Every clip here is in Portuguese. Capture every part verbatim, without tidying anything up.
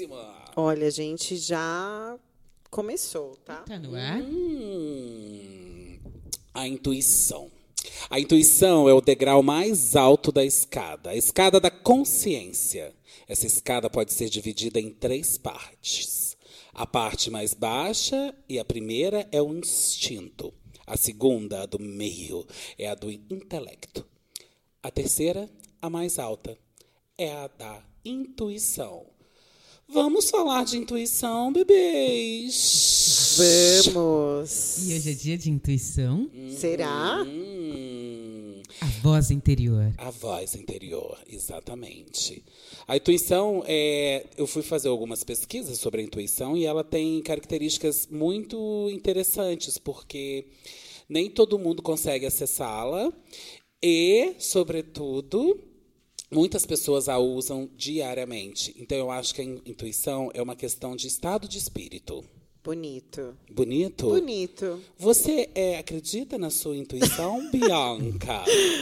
Próxima. Olha, a gente já começou, tá? Tá no ar? Hum, a intuição. A intuição é o degrau mais alto da escada, a escada da consciência. Essa escada pode ser dividida em três partes. A parte mais baixa e a primeira é o instinto. A segunda, a do meio, é a do intelecto. A terceira, a mais alta, é a da intuição. Vamos falar de intuição, bebês. Vamos! E hoje é dia de intuição. Será? Hum, A voz interior. a voz interior, exatamente. A intuição, é, eu fui fazer algumas pesquisas sobre a intuição e ela tem características muito interessantes, porque nem todo mundo consegue acessá-la e, sobretudo, muitas pessoas a usam diariamente. Então, eu acho que a intuição é uma questão de estado de espírito. Bonito. Bonito? Bonito. Você é, acredita na sua intuição, Bianca?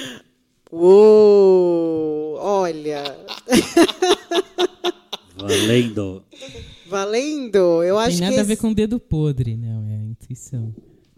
Uou! Olha, Valendo. valendo. Eu acho Tem nada que a ver esse- com o dedo podre, não. É a intuição.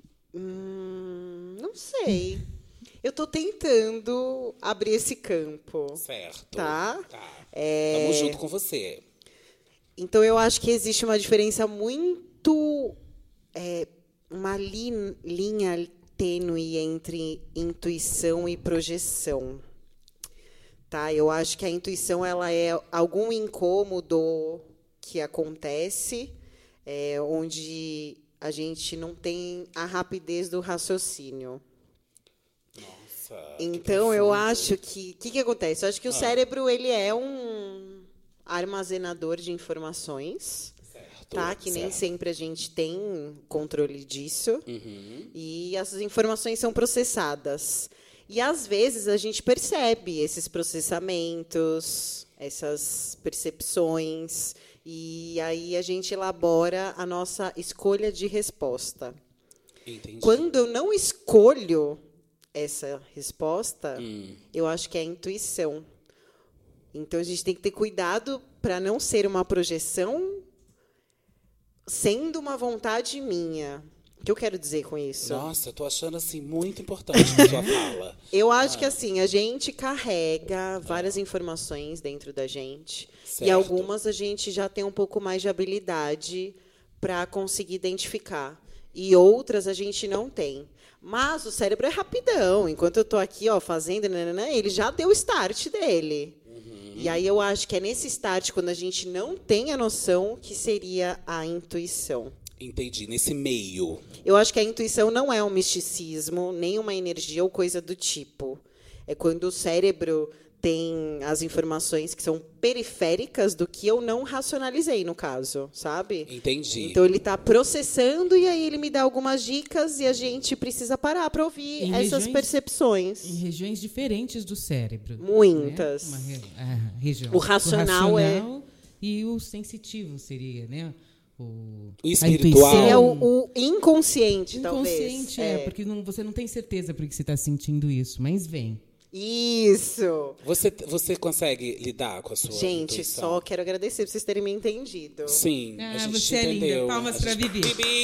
Hum, não sei. Eu tô tentando abrir esse campo. Certo. Tá. Tá. É, Tamo junto com você. Então, eu acho que existe uma diferença muito... é, uma li- linha tênue entre intuição e projeção. Tá? Eu acho que a intuição ela é algum incômodo que acontece, é, onde a gente não tem a rapidez do raciocínio. Nossa, que Então, eu profundo. acho que... O que, que acontece? Eu acho que o cérebro ele é um armazenador de informações, Certo, tá? Que nem certo. sempre a gente tem controle disso. Uhum. E essas informações são processadas. E, às vezes, a gente percebe esses processamentos, essas percepções, e aí a gente elabora a nossa escolha de resposta. Entendi. Quando eu não escolho essa resposta, Hum. eu acho que é a intuição. Então, a gente tem que ter cuidado para não ser uma projeção sendo uma vontade minha. O que eu quero dizer com isso? Nossa, eu tô achando assim muito importante a sua fala. Eu acho que assim, a gente carrega várias informações dentro da gente. Certo. E algumas a gente já tem um pouco mais de habilidade para conseguir identificar. E outras a gente não tem. Mas o cérebro é rapidão. Enquanto eu estou aqui ó, fazendo, nananã, ele já deu o start dele. Uhum. E aí eu acho que é nesse start, quando a gente não tem a noção, que seria a intuição. Entendi. Nesse meio. Eu acho que a intuição não é um misticismo, nem uma energia ou coisa do tipo. É quando o cérebro tem as informações que são periféricas do que eu não racionalizei, no caso, sabe? Entendi. Então, ele está processando e aí ele me dá algumas dicas e a gente precisa parar para ouvir Em essas regiões- percepções. Em regiões diferentes do cérebro. Muitas. Né? Uma re- a região. O racional é- racional e o sensitivo seria, né? O, O a espiritual. intuição. É o, o inconsciente, Inconsciente, talvez. é, porque não, você não tem certeza por que você está sentindo isso, mas vem. Isso. Você, você consegue lidar com a sua Gente, intuição? só quero agradecer por vocês terem me entendido. Sim, Ah, a gente você é linda. entendeu. Palmas A pra gente- Bibi.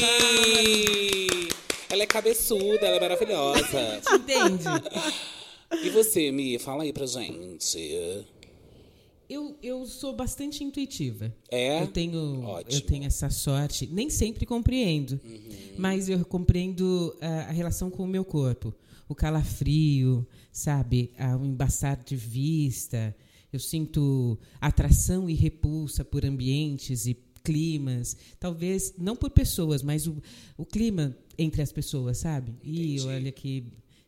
Bibi! Ela é cabeçuda, ela é maravilhosa. Entende? E você, Mi, fala aí pra gente. Eu, eu sou bastante intuitiva. É? Eu tenho, Ótimo. eu tenho essa sorte. Nem sempre compreendo, mas eu compreendo a, a relação com o meu corpo. O calafrio, sabe? A- O embaçar de vista. Eu sinto atração e repulsa por ambientes e climas. Talvez, não por pessoas, mas o, o clima entre as pessoas, sabe? E Entendi. olha que...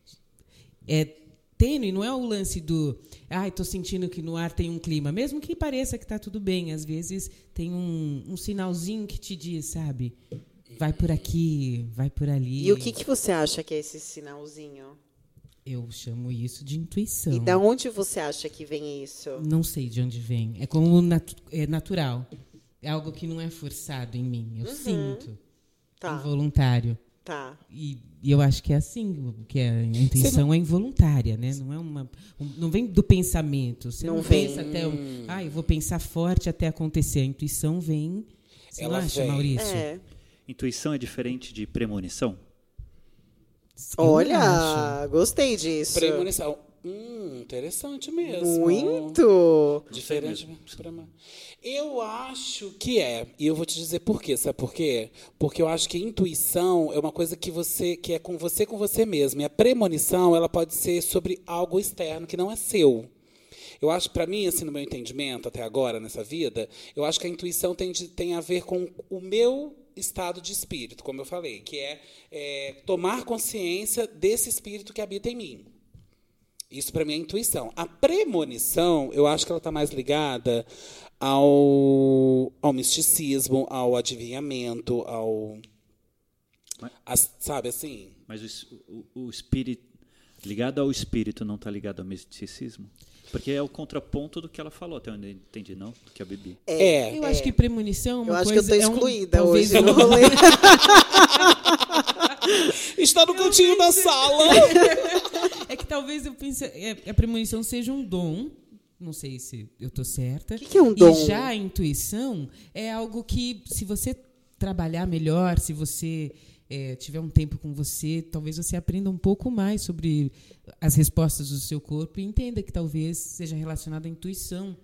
É tênue, não é o lance do... Ai, estou sentindo que no ar tem um clima. Mesmo que pareça que está tudo bem, às vezes tem um, um sinalzinho que te diz, sabe? Vai por aqui, vai por ali. E o que, que você acha que é esse sinalzinho? Eu chamo isso de intuição. E da onde você acha que vem isso? Não sei de onde vem. É como natu é natural. É algo que não é forçado em mim. Eu sinto. Tá. Involuntário. Tá. E, e eu acho que é assim, que a intuição não... é involuntária, né? Não é uma, um, não vem do pensamento. Você não, não pensa até um, ah, eu vou pensar forte até acontecer. A intuição vem. Você Ela não acha, vem. Maurício? É. Intuição é diferente de premonição? Eu Olha, acho. gostei disso. Premonição. Hum, interessante mesmo. Muito. Diferente. Eu acho que é. E eu vou te dizer por quê. Sabe por quê? Porque eu acho que intuição é uma coisa que você que é com você com você mesmo. E a premonição, ela pode ser sobre algo externo que não é seu. Eu acho, para mim, assim, no meu entendimento até agora nessa vida, eu acho que a intuição tem, de, tem a ver com o meu estado de espírito, como eu falei, que é, é tomar consciência desse espírito que habita em mim. Isso, para mim, é intuição. A premonição, eu acho que ela está mais ligada ao, ao misticismo, ao adivinhamento, ao... Mas, a, sabe, assim? Mas o, o, o espírito... Ligado ao espírito não está ligado ao misticismo? Porque é o contraponto do que ela falou, até onde eu entendi, não? Do que a Bibi. É. Eu é. acho que premonição é uma Eu acho coisa... que eu tô é um- excluída talvez hoje um- no rolê. Está no cantinho da sala. É que talvez eu pense, é, a premonição seja um dom. Não sei se eu estou certa. O que, que é um dom? E já a intuição é algo que, se você trabalhar melhor, se você é, tiver um tempo com você, talvez você aprenda um pouco mais sobre as respostas do seu corpo e entenda que talvez seja relacionado à intuição.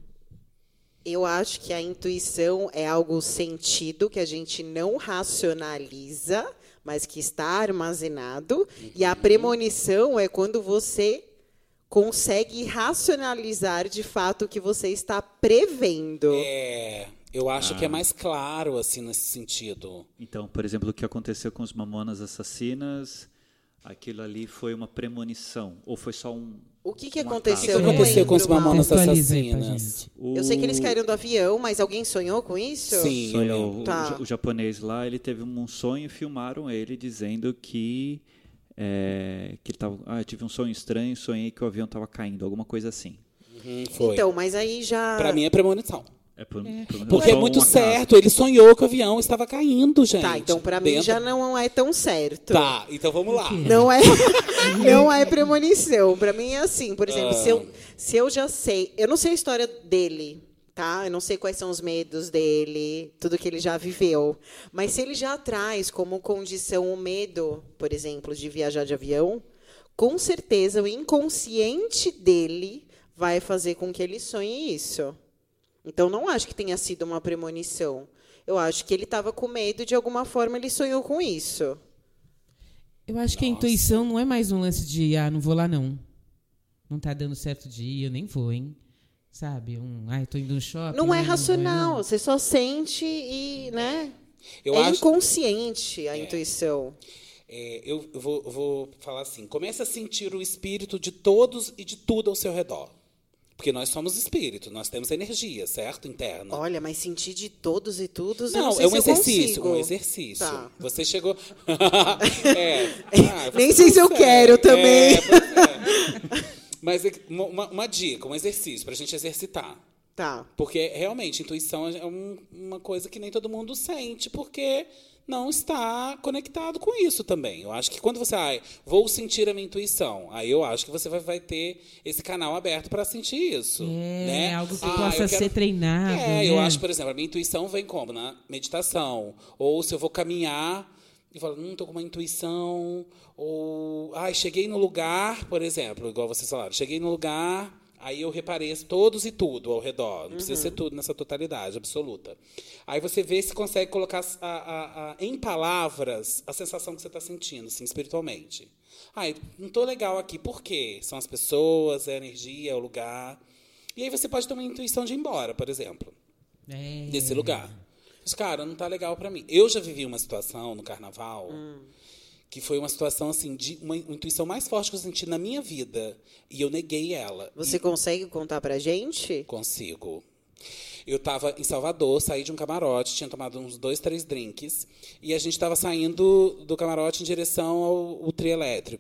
Eu acho que a intuição é algo sentido que a gente não racionaliza, mas que está armazenado. Uhum. E a premonição é quando você consegue racionalizar de fato o que você está prevendo. É, eu acho Ah. que é mais claro, assim, nesse sentido. Então, por exemplo, o que aconteceu com os Mamonas Assassinas, aquilo ali foi uma premonição? Ou foi só um... O que, que um aconteceu? O que Eu não aconteceu com os lembro, Mamonas Mauro. Contextualiza aí pra Assassinas? gente. O... Eu sei que eles caíram do avião, mas alguém sonhou com isso? Sim. Sonhou, o, Tá. ja- o japonês lá, ele teve um sonho e filmaram ele dizendo que, é, que ele tava, ah, eu tive um sonho estranho, sonhei que o avião estava caindo, alguma coisa assim. Uhum, foi. Então, mas aí já... Pra mim é premonição. É por, por- Porque só é um muito acaso. certo, ele sonhou que o avião estava caindo, gente. Tá, então pra mim Dentro- já não é tão certo. Tá, então vamos lá. Não é, não é premonição. Pra mim é assim, por exemplo, Ah. se, eu, se eu já sei... Eu não sei a história dele, tá? Eu não sei quais são os medos dele, tudo que ele já viveu. Mas se ele já traz como condição o medo, por exemplo, de viajar de avião, com certeza o inconsciente dele vai fazer com que ele sonhe isso. Então, não acho que tenha sido uma premonição. Eu acho que ele estava com medo, de alguma forma ele sonhou com isso. Eu acho que a Nossa. intuição não é mais um lance de, ah, não vou lá não. Não tá dando certo dia, eu nem vou, hein? Sabe? Um, ah, eu tô indo no shopping. Não é né, vou, racional, não. você só sente e, né? Eu é acho. inconsciente a intuição. É, eu eu vou, eu vou falar assim: comece a sentir o espírito de todos e de tudo ao seu redor. Porque nós somos espírito, nós temos energia, certo? Interna. Olha, mas sentir de todos e todos, eu Não, não sei é um se eu exercício, consigo. um exercício. Tá. Você chegou. é. Ah, você Nem sei se eu consegue. quero também. É, pois é. Mas é uma, uma- uma dica, um exercício para a gente exercitar. Tá. Porque realmente intuição é um- uma coisa que nem todo mundo sente, porque não está conectado com isso também. Eu acho que quando você, ah, vou sentir a minha intuição, aí eu acho que você vai, vai ter esse canal aberto para sentir isso. É, né? algo que Ah, possa eu quero- ser treinado. É, eu né? acho, por exemplo, a minha intuição vem como? Na meditação. Ou se eu vou caminhar e falo, hum, tô com uma intuição. Ou, ai, cheguei no lugar, por exemplo, igual vocês falaram, cheguei no lugar, aí eu reparei todos e tudo ao redor. Não precisa ser tudo nessa totalidade absoluta. Aí você vê se consegue colocar a- a- a- em palavras a sensação que você está sentindo, assim, espiritualmente. Ai, não estou legal aqui. Por quê? São as pessoas, é a energia, é o lugar. E aí você pode ter uma intuição de ir embora, por exemplo, É. desse lugar. Mas, cara, não tá legal para mim. Eu já vivi uma situação no carnaval que foi uma situação, assim, de uma, uma intuição mais forte que eu senti na minha vida. E eu neguei ela. Você consegue contar pra gente? Consigo. Eu estava em Salvador, saí de um camarote, tinha tomado uns dois, três drinks, e a gente estava saindo do camarote em direção ao, ao trio elétrico.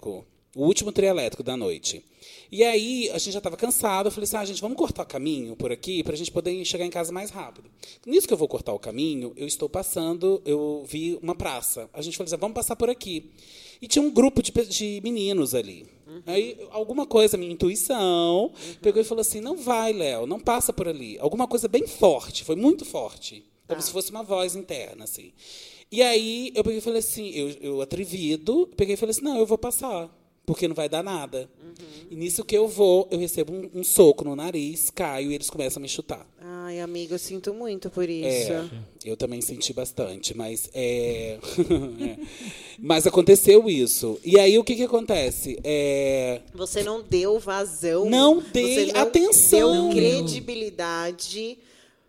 O último trio elétrico da noite. E aí, a gente já estava cansado. Eu falei assim, ah, gente, vamos cortar o caminho por aqui para a gente poder chegar em casa mais rápido. Nisso que eu vou cortar o caminho, eu estou passando, eu vi uma praça. A gente falou assim, vamos passar por aqui. E tinha um grupo de, de meninos ali. Uhum. Aí, alguma coisa, minha intuição, uhum. pegou e falou assim, não vai, Léo, não passa por ali. Alguma coisa bem forte, foi muito forte. Como ah. se fosse uma voz interna, assim. E aí, eu peguei e falei assim, eu, eu atrevido, peguei e falei assim, não, eu vou passar. Porque não vai dar nada. Uhum. E nisso que eu vou, eu recebo um, um soco no nariz, caio e eles começam a me chutar. Ai, amigo, eu sinto muito por isso. É, eu também senti bastante, mas é... é. Mas aconteceu isso. E aí o que, que acontece? É... Você não deu vazão. Não dei você não atenção. Deu credibilidade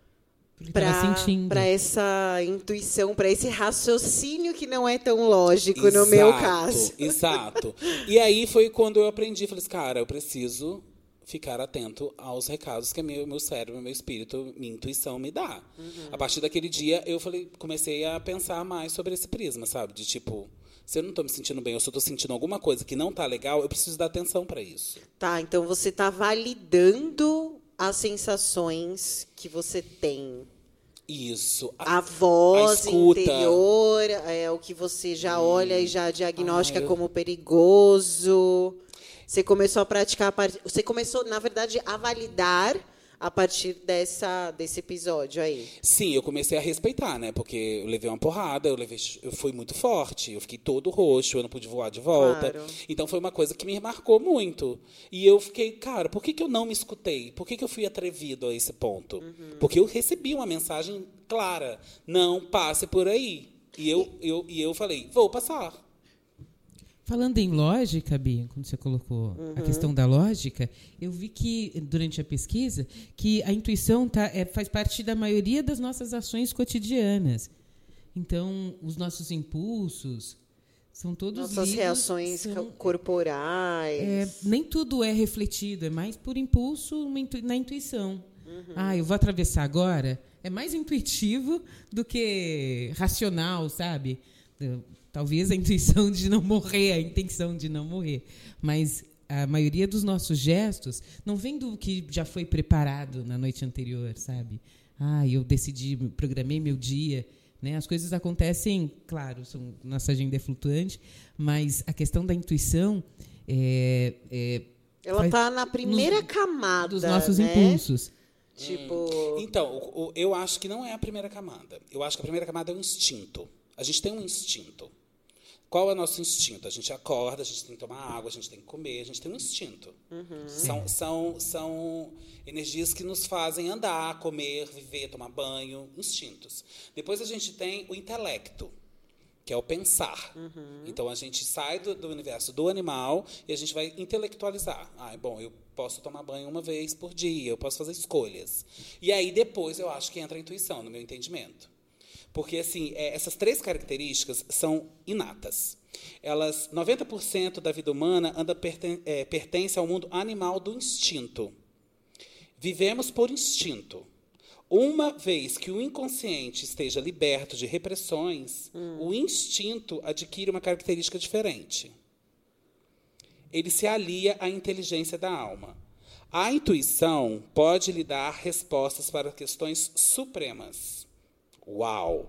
para essa intuição, para esse raciocínio que não é tão lógico, exato, no meu caso. Exato. E aí foi quando eu aprendi, falei assim, cara, eu preciso ficar atento aos recados que meu, meu cérebro, meu espírito, minha intuição me dá. Uhum. A partir daquele dia, eu falei, comecei a pensar mais sobre esse prisma, sabe? De tipo, se eu não estou me sentindo bem, ou se eu estou sentindo alguma coisa que não está legal, eu preciso dar atenção para isso. Tá, então você está validando as sensações que você tem. Isso. A, a voz a interior, é o que você já hum. olha e já diagnostica ah, eu... como perigoso. Você começou a praticar, a part... você começou, na verdade, a validar a partir dessa, desse episódio aí. Sim, eu comecei a respeitar, né? Porque eu levei uma porrada, eu, levei, eu fui muito forte, eu fiquei todo roxo, eu não pude voar de volta. Claro. Então, foi uma coisa que me marcou muito. E eu fiquei, cara, por que, que eu não me escutei? Por que, que eu fui atrevido a esse ponto? Uhum. Porque eu recebi uma mensagem clara, não passe por aí. E eu, eu, e eu falei, vou passar. Falando em lógica, Bia, quando você colocou uhum. a questão da lógica, eu vi que, durante a pesquisa, que a intuição tá, é, faz parte da maioria das nossas ações cotidianas. Então, os nossos impulsos são todos Nossas lidos, reações são, corporais. É, nem tudo é refletido, é mais por impulso na intuição. Uhum. Ah, eu vou atravessar agora. É mais intuitivo do que racional, sabe? Talvez a intuição de não morrer, a intenção de não morrer. Mas a maioria dos nossos gestos não vem do que já foi preparado na noite anterior, sabe? Ah, eu decidi, programei meu dia. Né? As coisas acontecem, claro, são, nossa agenda é flutuante, mas a questão da intuição é... é ela está na primeira nos, camada dos nossos né? impulsos. Tipo... Hum. Então, o, o, eu acho que não é a primeira camada. Eu acho que a primeira camada é o instinto. A gente tem um instinto. Qual é o nosso instinto? A gente acorda, a gente tem que tomar água, a gente tem que comer, a gente tem um instinto. Uhum. São, são, são energias que nos fazem andar, comer, viver, tomar banho, instintos. Depois a gente tem o intelecto, que é o pensar. Uhum. Então, a gente sai do, do universo do animal e a gente vai intelectualizar. Ah, bom, eu posso tomar banho uma vez por dia, eu posso fazer escolhas. E aí, depois, eu acho que entra a intuição, no meu entendimento. Porque, assim, é, essas três características são inatas. Elas, noventa por cento da vida humana anda, perten, é, pertence ao mundo animal do instinto. Vivemos por instinto. Uma vez que o inconsciente esteja liberto de repressões, hum. o instinto adquire uma característica diferente. Ele se alia à inteligência da alma. A intuição pode lhe dar respostas para questões supremas. Uau!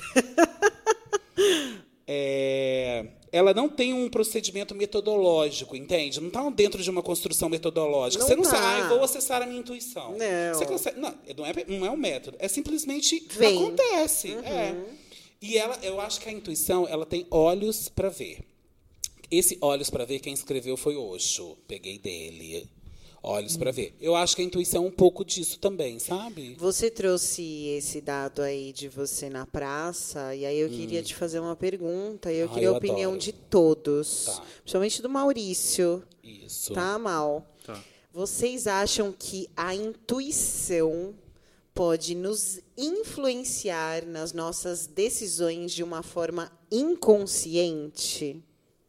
é, ela não tem um procedimento metodológico, entende? Não está dentro de uma construção metodológica. Não Você não tá. sabe, ah, vou acessar a minha intuição. Não. Você consegue, não, não, é, não é um método. É simplesmente Vem. acontece. Uhum. É. E ela, eu acho que a intuição ela tem olhos para ver. Esse olhos para ver, quem escreveu foi Osho. Peguei dele. Olhos hum. para ver. Eu acho que a intuição é um pouco disso também, sabe? Você trouxe esse dado aí de você na praça, e aí eu hum. queria te fazer uma pergunta, e eu ah, queria eu a opinião adoro. de todos, tá. principalmente do Maurício. Isso. Tá, Mal? Tá. Vocês acham que a intuição pode nos influenciar nas nossas decisões de uma forma inconsciente?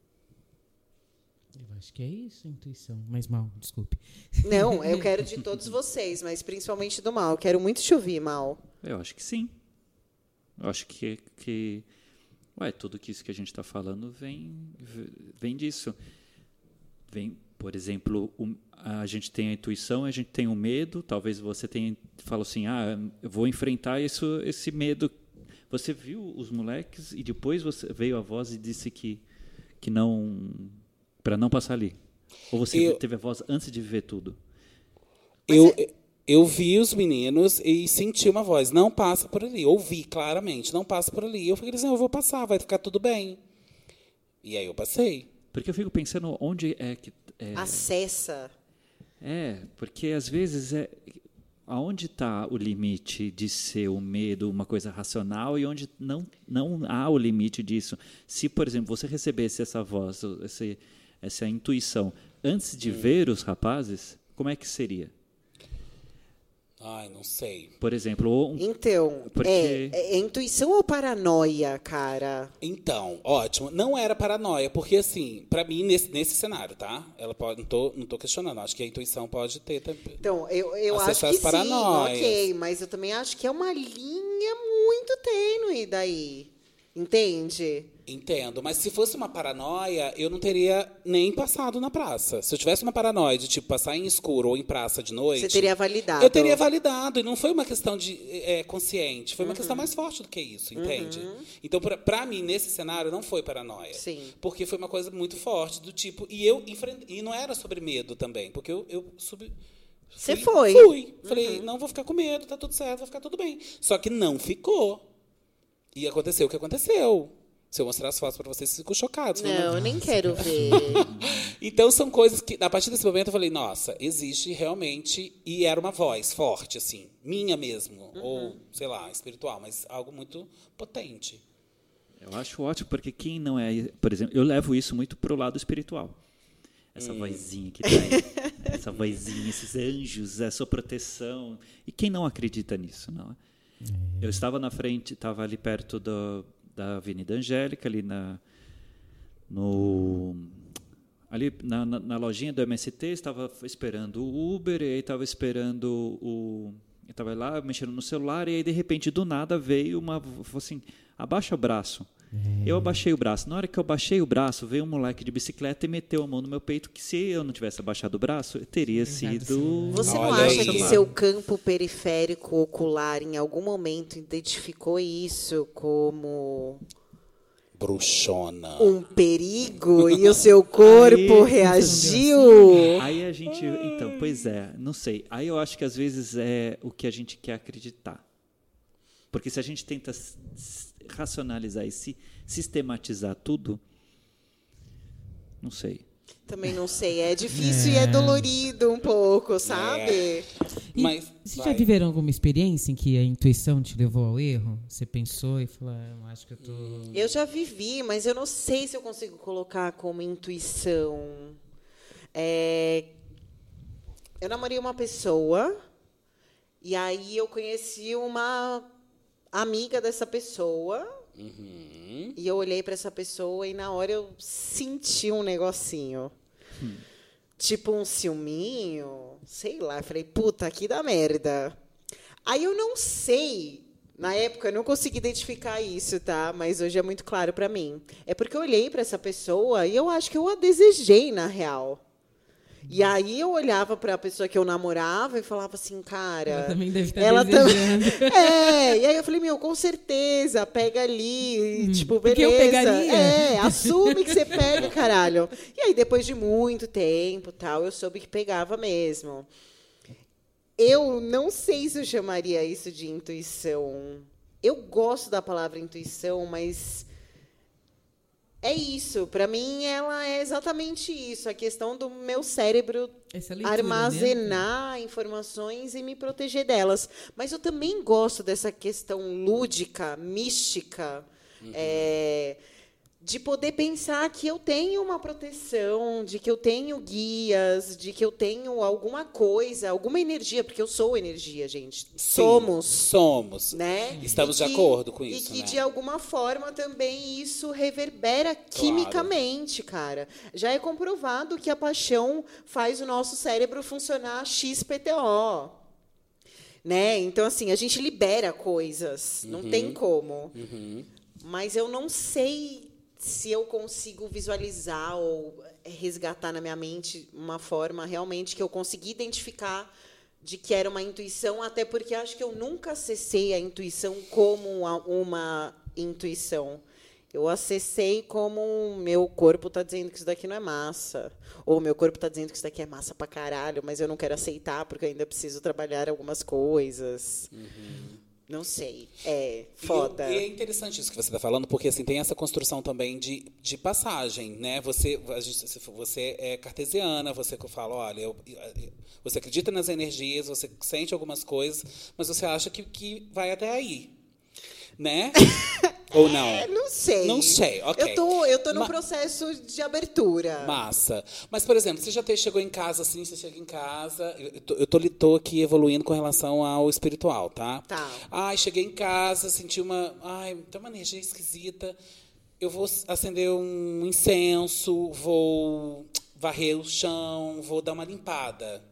Acho que é isso, a intuição. Mas Mal, desculpe. Não, eu quero de todos vocês, mas principalmente do Mal. Quero muito te ouvir, Mal. Eu acho que sim. Eu acho que, que ué, tudo que isso que a gente está falando vem, vem disso. vem, por exemplo, um, a gente tem a intuição, a gente tem o medo, talvez você tenha, fala assim, ah, eu vou enfrentar isso, esse medo. Você viu os moleques e depois você veio a voz e disse que, que não, para não passar ali. Ou você eu, teve a voz antes de viver tudo? Eu, é... eu vi os meninos e senti uma voz, não passa por ali. Ouvi claramente, não passa por ali. Eu falei assim, eu vou passar, vai ficar tudo bem. E aí eu passei. Porque eu fico pensando onde é que... É, acessa. É, porque às vezes é... Aonde está o limite de ser o medo uma coisa racional e onde não, não há o limite disso? Se, por exemplo, você recebesse essa voz, essa, essa intuição, antes de hum. ver os rapazes, como é que seria? Ai, não sei. Por exemplo... Um, então, porque... é, é intuição ou paranoia, cara? Então, ótimo. Não era paranoia, porque, assim, pra mim, nesse, nesse cenário, tá? Ela pode, não tô, não tô questionando, acho que a intuição pode ter também. Então, eu, eu acho que sim, ok, mas eu também acho que é uma linha muito tênue daí. Entende? Entendo, mas se fosse uma paranoia, eu não teria nem passado na praça. Se eu tivesse uma paranoia de tipo passar em escuro ou em praça de noite, você teria validado. Eu teria validado e não foi uma questão de é, consciente, foi uma uhum. questão mais forte do que isso, entende? Uhum. Então, pra, pra mim nesse cenário não foi paranoia, sim. porque foi uma coisa muito forte do tipo e eu enfrentei, e não era sobre medo também, porque eu, eu subi. Você foi? Fui. Uhum. Falei, não vou ficar com medo, tá tudo certo, vai ficar tudo bem. Só que não ficou. E aconteceu o que aconteceu. Se eu mostrar as fotos para vocês, vocês ficam chocados. Não, não, eu nem quero ver. Então, são coisas que, a partir desse momento, eu falei, nossa, existe realmente... E era uma voz forte, assim, minha mesmo. Uhum. Ou, sei lá, espiritual, mas algo muito potente. Eu acho ótimo, porque quem não é... Por exemplo, eu levo isso muito pro lado espiritual. Essa hum. vozinha que tá aí. Essa vozinha, esses anjos, a sua proteção. E quem não acredita nisso, não é? Eu estava na frente, estava ali perto do, da Avenida Angélica, ali na, no, ali na, na, na lojinha do M S T, estava esperando o Uber, e aí estava esperando o... Eu estava lá mexendo no celular, e aí, de repente, do nada, veio uma... assim, abaixa o braço. É. Eu abaixei o braço. Na hora que eu abaixei o braço, veio um moleque de bicicleta e meteu a mão no meu peito, que se eu não tivesse abaixado o braço, teria sido... Você não Olha acha aí. que seu campo periférico ocular, em algum momento, identificou isso como... bruxona. Um perigo e o seu corpo aí, reagiu? Aí a gente... Então, pois é, não sei. Aí eu acho que às vezes é o que a gente quer acreditar. Porque se a gente tenta racionalizar e se sistematizar tudo, não sei. Também não sei. É difícil é. e é dolorido um pouco, sabe? É. Mas, vocês já viveram alguma experiência em que a intuição te levou ao erro? Você pensou e falou, ah, eu acho que eu tô... Eu já vivi, mas eu não sei se eu consigo colocar como intuição. É... Eu namorei uma pessoa e aí eu conheci uma amiga dessa pessoa. Uhum. E eu olhei para essa pessoa e na hora eu senti um negocinho. Hum. Tipo um ciúminho, sei lá. Eu falei, puta, que da merda. Aí eu não sei, na época eu não consegui identificar isso, tá? Mas hoje é muito claro para mim. É porque eu olhei para essa pessoa e eu acho que eu a desejei, na real. E aí eu olhava para a pessoa que eu namorava e falava assim, cara... Ela também deve estar ela desejando. Tam... É, e aí eu falei, meu, com certeza, pega ali, hum, tipo, beleza. Porque eu pegaria. É, assume que você pega, caralho. E aí, depois de muito tempo, tal, eu soube que pegava mesmo. Eu não sei se eu chamaria isso de intuição. Eu gosto da palavra intuição, mas... É isso, para mim ela é exatamente isso, a questão do meu cérebro leitura, armazenar, né, informações e me proteger delas. Mas eu também gosto dessa questão lúdica, mística, uhum. é, de poder pensar que eu tenho uma proteção, de que eu tenho guias, de que eu tenho alguma coisa, alguma energia, porque eu sou energia, gente. Sim, somos. Somos. Né? Estamos que, de acordo com isso. E que, né? de alguma forma, também isso reverbera claro. Quimicamente, cara. Já é comprovado que a paixão faz o nosso cérebro funcionar X P T O. Né? Então, assim, a gente libera coisas. Uhum. Não tem como. Uhum. Mas eu não sei... se eu consigo visualizar ou resgatar na minha mente uma forma realmente que eu consegui identificar de que era uma intuição, até porque acho que eu nunca acessei a intuição como uma, uma intuição. Eu acessei como meu corpo está dizendo que isso daqui não é massa. Ou meu corpo está dizendo que isso daqui é massa pra caralho, mas eu não quero aceitar porque eu ainda preciso trabalhar algumas coisas. Uhum. Não sei. É foda. E, eu, e é interessante isso que você está falando, porque assim, tem essa construção também de, de passagem, né? Você, a gente, você é cartesiana, você fala, olha, eu, você acredita nas energias, você sente algumas coisas, mas você acha que, que vai até aí. Né? Ou não? É, não sei. Não sei, ok. Eu tô, eu tô num Ma- processo de abertura. Massa. Mas, por exemplo, você já te, chegou em casa, assim, você chega em casa... Eu tô, eu tô, tô aqui evoluindo com relação ao espiritual, tá? Tá. Ai, cheguei em casa, senti uma... Ai, tem uma energia esquisita. Eu vou acender um incenso, vou varrer o chão, vou dar uma limpada.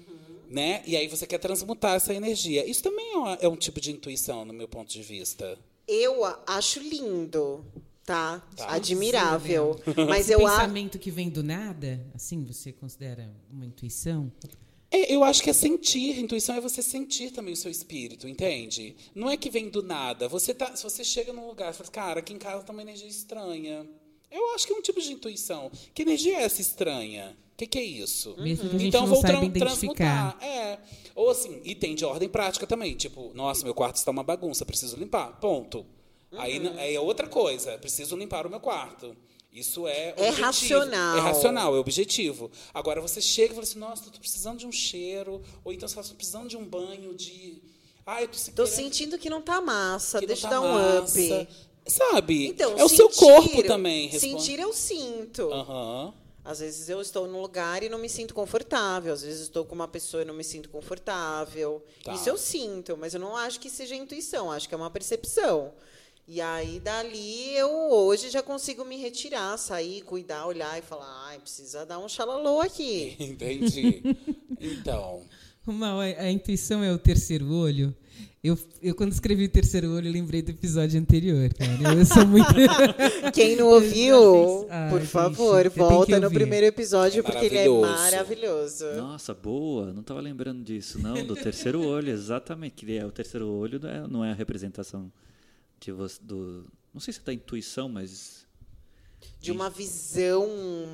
Né? E aí você quer transmutar essa energia. Isso também é, uma, é um tipo de intuição, no meu ponto de vista. Eu acho lindo, tá? Tá. Admirável. Sim, né? Mas Esse eu acho... pensamento que vem do nada, assim, você considera uma intuição? É, eu acho que é sentir. Intuição é você sentir também o seu espírito, entende? Não é que vem do nada. Você tá, se você chega num lugar e fala, cara, aqui em casa tá uma energia estranha. Eu acho que é um tipo de intuição. Que energia é essa estranha? O que, que é isso? Mesmo que a gente Então não vou saiba tran- identificar. transmutar. É. Ou assim, e tem de ordem prática também. Tipo, nossa, meu quarto está uma bagunça, preciso limpar. Ponto. Uhum. Aí, aí é outra coisa. Preciso limpar o meu quarto. Isso é É objetivo. racional. É racional, é objetivo. Agora você chega e fala assim, nossa, eu tô precisando de um cheiro. Ou então você fala, tô precisando de um banho, de... Ah, eu tô, Tô querendo... sentindo que não tá massa, que deixa não eu tá dar um massa. up. Sabe? Então, é o sentir, seu corpo também. Responde. Sentir eu sinto. Aham. Às vezes eu estou num lugar e não me sinto confortável. Às vezes estou com uma pessoa e não me sinto confortável. Tá. Isso eu sinto, mas eu não acho que seja intuição. Acho que é uma percepção. E aí, dali, eu hoje já consigo me retirar, sair, cuidar, olhar e falar, ai, precisa dar um xalalô aqui. Entendi. Então... Uma, a, a intuição é o terceiro olho. Eu, eu, quando escrevi o terceiro olho, lembrei do episódio anterior, cara. Eu sou muito... Quem não ouviu, Ah, por gente, favor, você tem volta que no ouvir. primeiro episódio, É porque ele é maravilhoso. maravilhoso. Nossa, boa. Não estava lembrando disso. Não, do terceiro olho, exatamente. Que é, o terceiro olho não é, não é a representação de você, do... Não sei se é da intuição, mas... De uma visão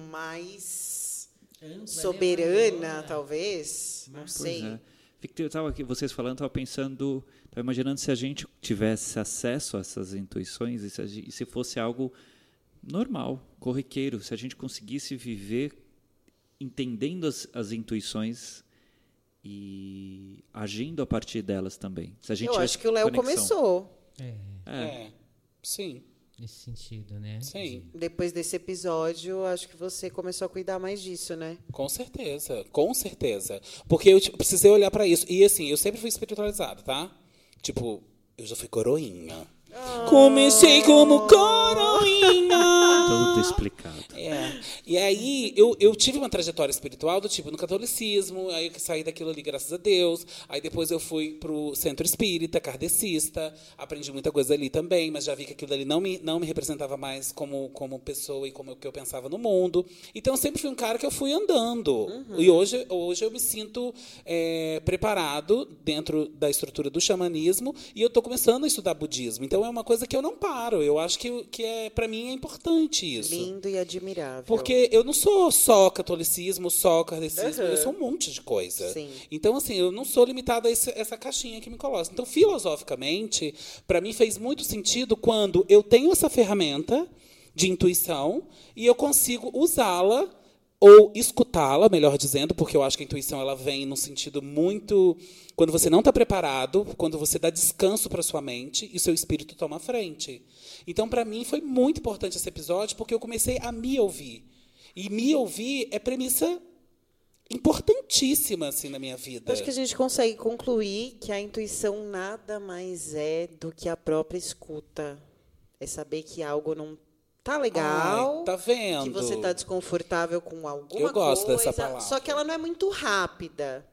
mais Ampla, soberana, né? talvez. Não Pois sei. é. Eu estava aqui, vocês falando, estava pensando, estava imaginando se a gente tivesse acesso a essas intuições e se, a gente, se fosse algo normal, corriqueiro, se a gente conseguisse viver entendendo as, as intuições e agindo a partir delas também. Se a gente Eu tivesse acho que o Léo conexão. começou. É, É. É. Sim. nesse sentido, né? Sim. Depois desse episódio, acho que você começou a cuidar mais disso, né? Com certeza, com certeza. Porque eu tipo, precisei olhar pra isso. E assim, eu sempre fui espiritualizado, tá? Tipo, eu já fui coroinha. Ah. Comecei como coroinha. Tudo explicado. É. E aí, eu, eu tive uma trajetória espiritual do tipo no catolicismo, aí eu saí daquilo ali, graças a Deus. Aí depois eu fui pro centro espírita, kardecista, aprendi muita coisa ali também, mas já vi que aquilo ali não me, não me representava mais como, como pessoa e como o que eu pensava no mundo. Então, eu sempre fui um cara que eu fui andando. Uhum. E hoje, hoje eu me sinto é, preparado dentro da estrutura do xamanismo e eu estou começando a estudar budismo. Então, é uma coisa que eu não paro. Eu acho que, que é, para mim é importante isso. Lindo e admirável. Porque eu não sou só catolicismo, só kardecismo, Uhum. eu sou um monte de coisa. Sim. Então, assim, eu não sou limitada a esse, essa caixinha que me coloca. Então, filosoficamente, para mim fez muito sentido quando eu tenho essa ferramenta de intuição e eu consigo usá-la ou escutá-la, melhor dizendo, porque eu acho que a intuição ela vem num sentido muito... Quando você não está preparado, quando você dá descanso para sua mente e o seu espírito toma a frente. Então, para mim, foi muito importante esse episódio, porque eu comecei a me ouvir. E me ouvir é premissa importantíssima assim, na minha vida. Acho que a gente consegue concluir que a intuição nada mais é do que a própria escuta. É saber que algo não tá legal, Ai, tá vendo? que você tá desconfortável com alguma Eu gosto coisa, dessa palavra. só que ela não é muito rápida.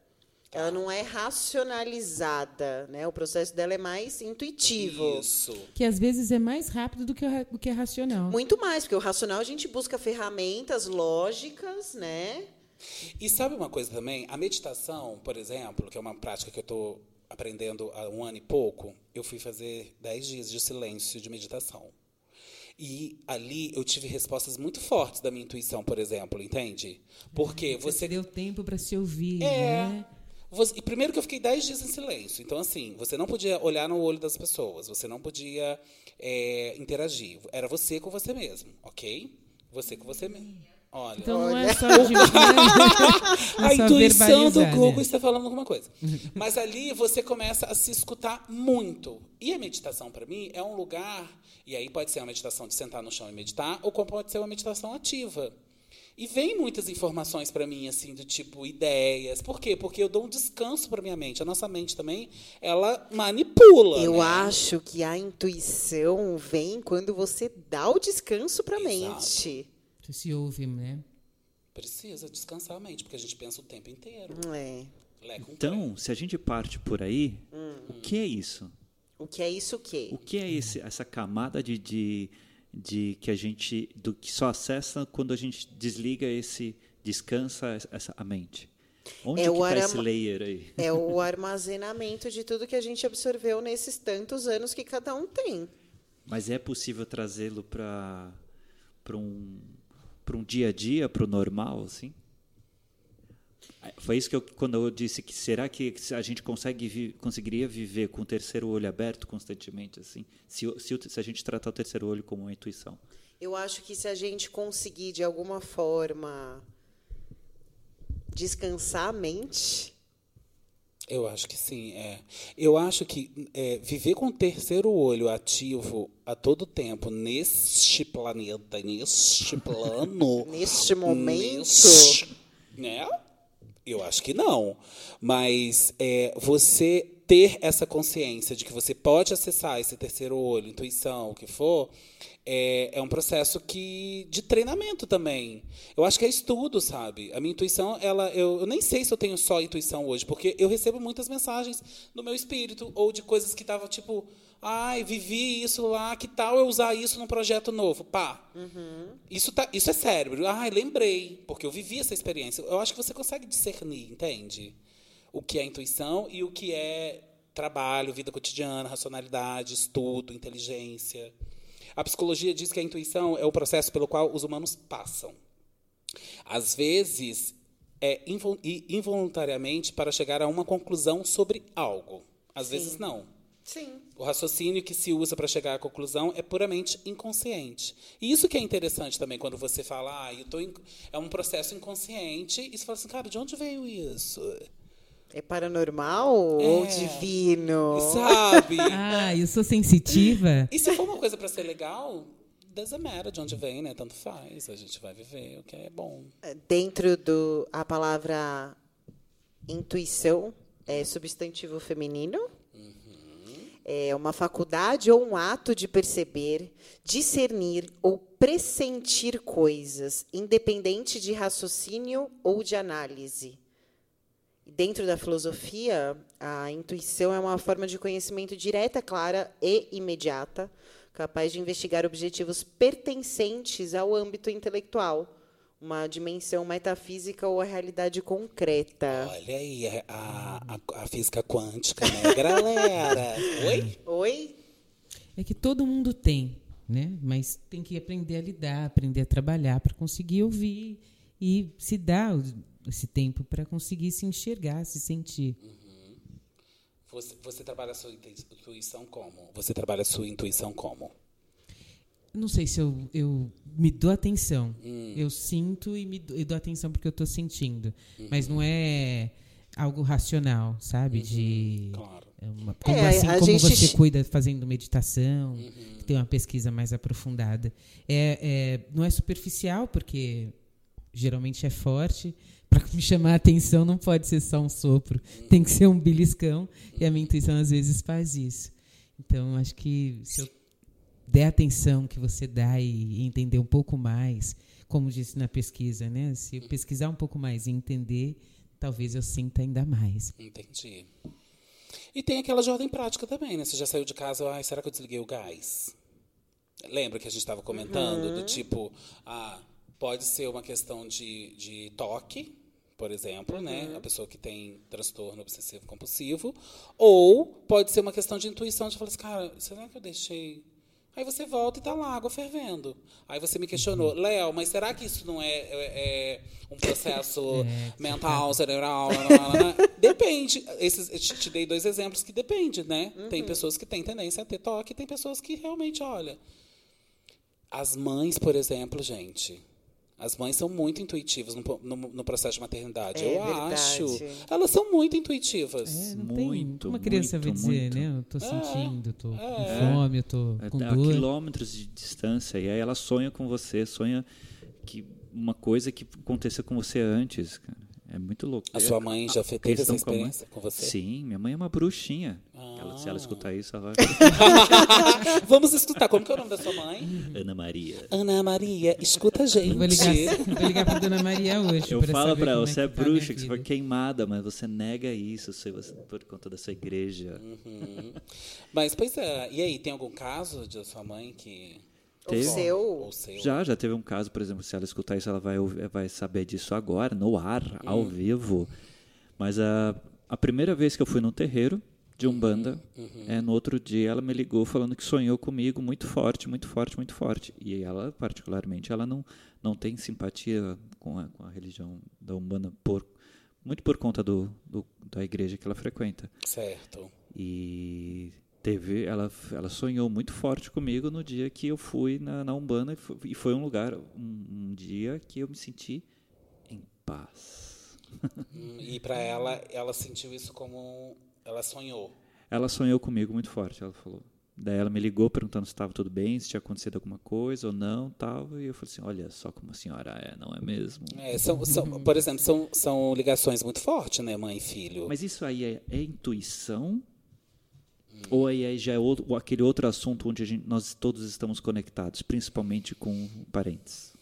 Ela não é racionalizada, né? O processo dela é mais intuitivo. Isso. Que às vezes é mais rápido do que o, ra- do que é racional. Muito mais, porque o racional a gente busca ferramentas lógicas, né? E sabe uma coisa também? A meditação, por exemplo, que é uma prática que eu estou aprendendo há um ano e pouco, eu fui fazer dez dias de silêncio de meditação. E ali eu tive respostas muito fortes da minha intuição, por exemplo, entende? Porque Você você... deu tempo para se ouvir, É. né? Você, e primeiro que eu fiquei dez dias em silêncio. Então, assim, você não podia olhar no olho das pessoas. Você não podia é, interagir. Era você com você mesmo, ok? Você com você mesmo. Olha. Então não é só de, não é, não é A só intuição do verbalizar, Google né? está falando alguma coisa. Mas ali você começa a se escutar muito. E a meditação, para mim, é um lugar... E aí pode ser uma meditação de sentar no chão e meditar, ou como pode ser uma meditação ativa. E vem muitas informações para mim, assim, do tipo ideias. Por quê? Porque eu dou um descanso para minha mente. A nossa mente também, ela manipula. Eu né? acho que a intuição vem quando você dá o descanso para a Exato. mente. Você se ouve, né? Precisa descansar a mente, porque a gente pensa o tempo inteiro. É. Lé com Então, se a gente parte por aí, Hum. o que é isso? O que é isso o quê? O que é esse, essa camada de, de, de que a gente do que só acessa quando a gente desliga esse descansa essa a mente? Onde É que o está arama- esse layer aí? É o armazenamento de tudo que a gente absorveu nesses tantos anos que cada um tem. Mas é possível trazê-lo para para um para um dia a dia, para o normal, assim? Foi isso que eu, quando eu disse que será que a gente consegue vi, conseguiria viver com o terceiro olho aberto constantemente, assim, se, se, se a gente tratar o terceiro olho como uma intuição? Eu acho que se a gente conseguir, de alguma forma, descansar a mente, Eu acho que sim, é. Eu acho que é, viver com o terceiro olho ativo a todo tempo neste planeta, neste plano, neste momento, neste- né? Eu acho que não. Mas é, você ter essa consciência de que você pode acessar esse terceiro olho, intuição, o que for, é, é um processo que, de treinamento também. Eu acho que é estudo, sabe? A minha intuição, ela, eu, eu nem sei se eu tenho só intuição hoje, porque eu recebo muitas mensagens no meu espírito, ou de coisas que estavam tipo, ai, vivi isso lá, que tal eu usar isso num projeto novo? Pá. Uhum. Isso, tá, isso é cérebro. Ai, lembrei, porque eu vivi essa experiência. Eu acho que você consegue discernir, entende? O que é intuição e o que é trabalho, vida cotidiana, racionalidade, estudo, inteligência. A psicologia diz que a intuição é o processo pelo qual os humanos passam. Às vezes, é invol- e involuntariamente para chegar a uma conclusão sobre algo. Às Sim. vezes, não. sim. O raciocínio que se usa para chegar à conclusão é puramente inconsciente. E isso que é interessante também, quando você fala, ah, eu tô inc- é um processo inconsciente, e você fala assim, cara, de onde veio isso? É paranormal ou É. divino? Sabe? Ah, eu sou sensitiva. E se for uma coisa para ser legal, doesn't matter de onde vem, né? Tanto faz, a gente vai viver o que é bom. Dentro do a palavra intuição é substantivo feminino. É uma faculdade ou um ato de perceber, discernir ou pressentir coisas, independente de raciocínio ou de análise. Dentro da filosofia, a intuição é uma forma de conhecimento direta, clara e imediata, capaz de investigar objetivos pertencentes ao âmbito intelectual, uma dimensão metafísica ou a realidade concreta. Olha aí, a, a, a física quântica, né, galera? Oi? Oi? É que todo mundo tem, né? Mas tem que aprender a lidar, aprender a trabalhar para conseguir ouvir e se dar o- esse tempo para conseguir se enxergar, se sentir. Você, você trabalha a sua intu- intuição como? Você trabalha a sua intuição como? Não sei se eu, eu me dou atenção. Hum. Eu sinto e me dou, eu dou atenção porque eu estou sentindo. Mas não é algo racional, sabe? De Claro. é uma- como É, assim, a como gente- você cuida fazendo meditação, Uhum. que tem uma pesquisa mais aprofundada. É, é, não é superficial, porque geralmente é forte. Para me chamar a atenção não pode ser só um sopro, tem que ser um beliscão. E a minha intuição às vezes faz isso. Então, acho que se eu der a atenção que você dá e entender um pouco mais, como disse na pesquisa, né? Se eu pesquisar um pouco mais e entender, talvez eu sinta ainda mais. Entendi. E tem aquela de ordem prática também, né? Você já saiu de casa, ai, será que eu desliguei o gás? Lembra que a gente estava comentando Uhum. do tipo, ah, pode ser uma questão de, de toque, por exemplo, Uhum. né? A pessoa que tem transtorno obsessivo compulsivo. Ou pode ser uma questão de intuição, de falar assim, cara, será que eu deixei... Aí você volta e tá lá, água fervendo. Aí você me questionou, Léo, mas será que isso não é, é, é um processo É, mental, cerebral? Lá, lá, lá, lá? Depende. Esses, eu te, te dei dois exemplos que depende, né? Tem pessoas que têm tendência a ter toque, tem pessoas que realmente, olha... As mães, por exemplo, gente... As mães são muito intuitivas no, no, no processo de maternidade, É eu verdade. acho. Elas são muito intuitivas. É, não Muito, tem, uma criança muito, vai dizer, muito. né? Eu tô sentindo, tô é. com fome, eu tô É, com a dor. quilômetros de distância. E aí ela sonha com você, sonha que uma coisa que aconteceu com você antes, cara. É muito louco. A sua mãe já A fe- teve essa questão com a mãe- experiência com você? Sim, minha mãe é uma bruxinha. Ah. Ela, se ela escutar isso, ela vai... Vamos escutar. Como que é o nome da sua mãe? Ana Maria. Ana Maria, escuta a gente. Eu vou ligar, eu vou ligar pra Dona Maria hoje. Eu pra falo saber pra ela, como você é que tá a bruxa, minha que você vida. foi queimada, mas você nega isso você- você- por conta da sua igreja. Uhum. Mas, pois é. E aí, tem algum caso de sua mãe que... O Teve. seu... Ou seu? Já, já teve um caso, por exemplo, se ela escutar isso, ela vai, ouvir- vai saber disso agora, no ar, ao vivo. Mas a, a primeira vez que eu fui num terreiro de Umbanda, é, no outro dia ela me ligou falando que sonhou comigo muito forte, muito forte, muito forte. E ela, particularmente, ela não, não tem simpatia com a, com a religião da Umbanda, por, muito por conta do, do, da igreja que ela frequenta. Certo. E teve, ela, ela sonhou muito forte comigo no dia que eu fui na, na Umbanda, e foi, e foi um lugar, um, um dia que eu me senti em paz. Hum, E pra ela, ela sentiu isso como... Ela sonhou. Ela sonhou comigo muito forte, ela falou. Daí ela me ligou perguntando se estava tudo bem, se tinha acontecido alguma coisa ou não, tal. E eu falei assim, olha só como a senhora é, não é mesmo? É, são, são, por exemplo, são, são ligações muito fortes, né? Mãe e filho. Mas isso aí é, é intuição? Ou aí é- já é outro, ou aquele outro assunto onde a gente, nós todos estamos conectados, principalmente com parentes?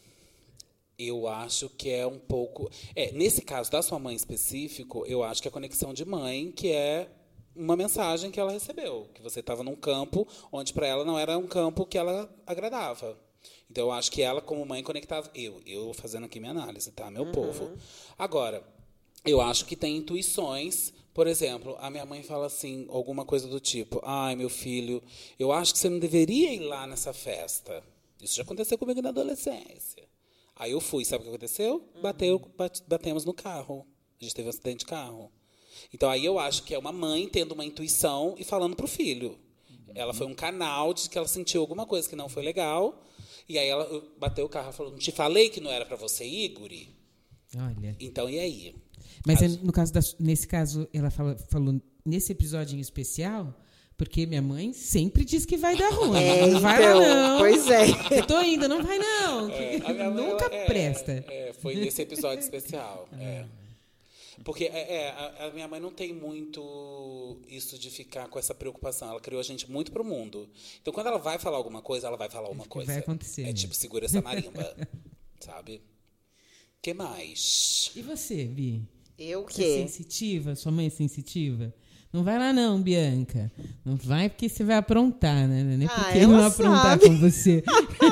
Eu acho que é um pouco... É, nesse caso da sua mãe específico, eu acho que é a conexão de mãe, que é uma mensagem que ela recebeu. Que você estava num campo onde para ela não era um campo que ela agradava. Então, eu acho que ela, como mãe, conectava... Eu, eu fazendo aqui minha análise, tá? Meu povo. Agora, eu acho que tem intuições... Por exemplo, a minha mãe fala assim, alguma coisa do tipo, ai, meu filho, eu acho que você não deveria ir lá nessa festa. Isso já aconteceu comigo na adolescência. Aí eu fui, sabe o que aconteceu? Bateu, bate- batemos no carro. A gente teve um acidente de carro. Então, aí eu acho que é uma mãe tendo uma intuição e falando pro filho. Ela foi um canal de que ela sentiu alguma coisa que não foi legal. E aí ela uh, bateu o carro e falou, não te falei que não era para você ir, guri? Olha. Então, e aí? Mas é, As- no caso da, nesse caso, ela fala, falou nesse episódio em especial, porque minha mãe sempre diz que vai dar ruim. É, não vai então, lá, não. pois é. Eu tô indo, não vai não. É, que a minha mãe, nunca ela- é, presta. é, foi nesse episódio especial. É. Porque é, é, a, a minha mãe não tem muito isso de ficar com essa preocupação. Ela criou a gente muito pro mundo. Então, quando ela vai falar alguma coisa, ela vai falar uma que coisa. vai acontecer É mesmo. tipo, segura essa marimba. Sabe? O que mais? E você, Bi? Eu o Você é quê? sensitiva? Sua mãe é sensitiva? Não vai lá não, Bianca. Não vai porque você vai aprontar, né? Não é Ah, porque ela não aprontar sabe. com você.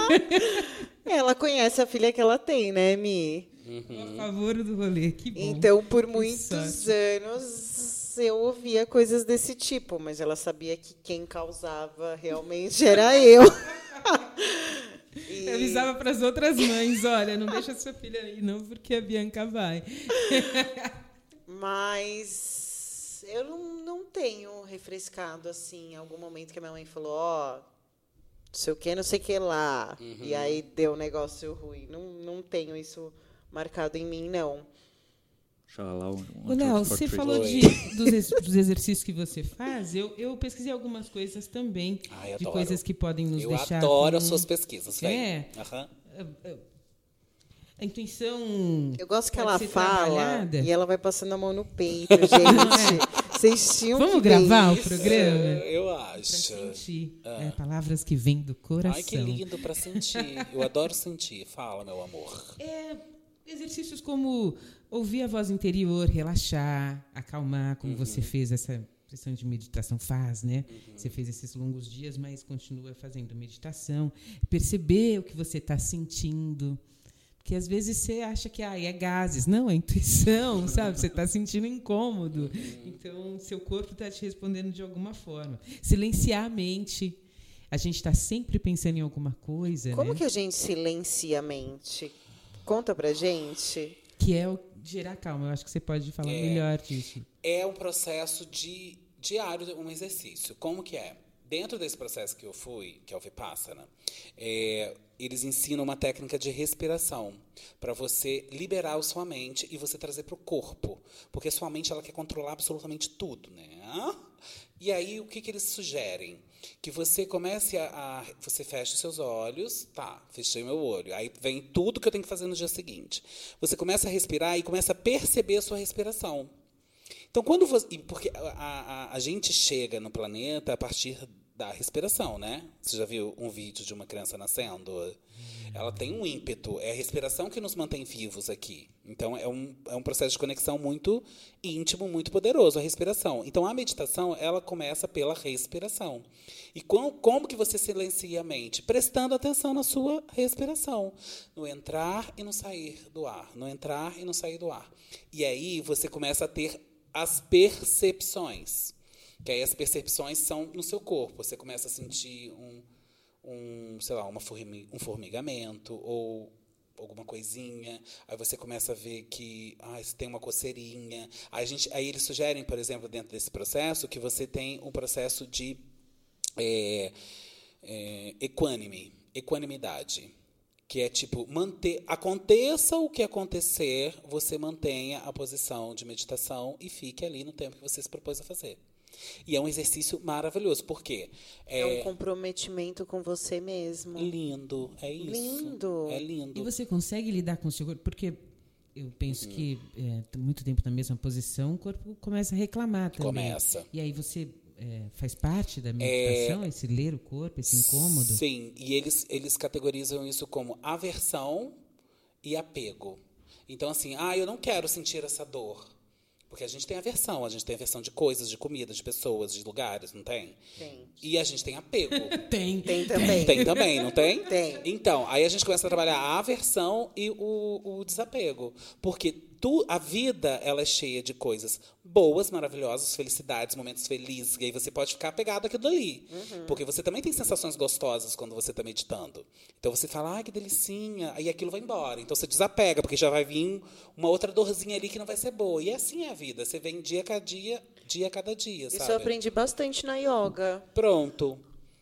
Ela conhece a filha que ela tem, né, Mi? A favor do rolê, que bom. Então, por Que muitos sorte. anos, eu ouvia coisas desse tipo, mas ela sabia que quem causava realmente era eu. E- Eu avisava para as outras mães, olha, não deixa sua filha aí não, porque a Bianca vai. Mas eu não, não tenho refrescado, assim, em algum momento que a minha mãe falou, ó, não sei o que, não sei o que lá. E aí deu um negócio ruim. Não, não tenho isso marcado em mim, não. Xalala, um, um Ô, Léo, for você treat. falou Oi. de, dos, ex- dos exercícios que você faz. Eu, eu pesquisei algumas coisas também. Ai, de adoro. coisas que podem nos Eu deixar. adoro com- as suas pesquisas, velho. É. Aham. A intuição. Eu gosto que pode ela ser fala trabalhada. e ela vai passando a mão no peito, gente. Vocês tinham Vamos que ver gravar o isso. programa? É, eu Pra acho. sentir. É, palavras que vêm do coração. Ai, que lindo pra sentir. Eu adoro sentir. Fala, meu amor. É, Exercícios como ouvir a voz interior, relaxar, acalmar, como uhum. você fez essa sessão de meditação, faz, né? Uhum. Você fez esses longos dias, mas continua fazendo meditação. Perceber o que você está sentindo. Porque às vezes você acha que ah, é gases. Não, é intuição, sabe? Você está sentindo incômodo. Então, seu corpo está te respondendo de alguma forma. Silenciar a mente. A gente está sempre pensando em alguma coisa. Como né? que a gente silencia a mente? Conta pra gente. Que é o gerar calma. Eu acho que você pode falar é, melhor disso. É um processo de, diário, um exercício. Como que é? Dentro desse processo que eu fui, que é o Vipassana, é, eles ensinam uma técnica de respiração para você liberar a sua mente e você trazer para o corpo. Porque a sua mente ela quer controlar absolutamente tudo. Né? E aí, o que, que eles sugerem? Que você comece a, a... Você fecha os seus olhos. Tá, fechei meu olho. Aí vem tudo que eu tenho que fazer no dia seguinte. Você começa a respirar e começa a perceber a sua respiração. Então, quando você... Porque a, a, a gente chega no planeta a partir da respiração, né? Você já viu um vídeo de uma criança nascendo? Ela tem um ímpeto. É a respiração que nos mantém vivos aqui. Então, é um, é um processo de conexão muito íntimo, muito poderoso, a respiração. Então, a meditação, ela começa pela respiração. E com, como que você silencia a mente? Prestando atenção na sua respiração. No entrar e no sair do ar. No entrar e no sair do ar. E aí, você começa a ter as percepções. Que aí as percepções são no seu corpo. Você começa a sentir um, um sei lá, uma formi- um formigamento ou alguma coisinha. Aí você começa a ver que ah, tem uma coceirinha. Aí, a gente, aí eles sugerem, por exemplo, dentro desse processo, que você tem um processo de é, é, equânime, equanimidade. Que é tipo, manter, aconteça o que acontecer, você mantenha a posição de meditação e fique ali no tempo que você se propôs a fazer. E é um exercício maravilhoso, porque... É, é um comprometimento com você mesmo. Lindo, é isso. Lindo. É lindo. E você consegue lidar com o seu corpo? Porque eu penso uhum. que é, muito tempo na mesma posição, o corpo começa a reclamar também. Começa. E aí você... É, faz parte da meditação, é, esse ler o corpo, esse incômodo? Sim, e eles, eles categorizam isso como aversão e apego. Então, assim, ah, eu não quero sentir essa dor. Porque a gente tem aversão, a gente tem aversão de coisas, de comida, de pessoas, de lugares, não tem? Tem. E a gente tem apego. Tem. Tem também. Tem também, não tem? Tem. Então, aí a gente começa a trabalhar a aversão e o, o desapego. Porque tu, a vida, ela é cheia de coisas boas, maravilhosas, felicidades, momentos felizes. E aí você pode ficar apegado àquilo ali. Uhum. Porque você também tem sensações gostosas quando você está meditando. Então você fala, ai, que delicinha. Aí aquilo vai embora. Então você desapega, porque já vai vir uma outra dorzinha ali que não vai ser boa. E assim é a vida. Você vem dia a dia, dia a cada dia, sabe? Isso eu aprendi bastante na yoga. Pronto.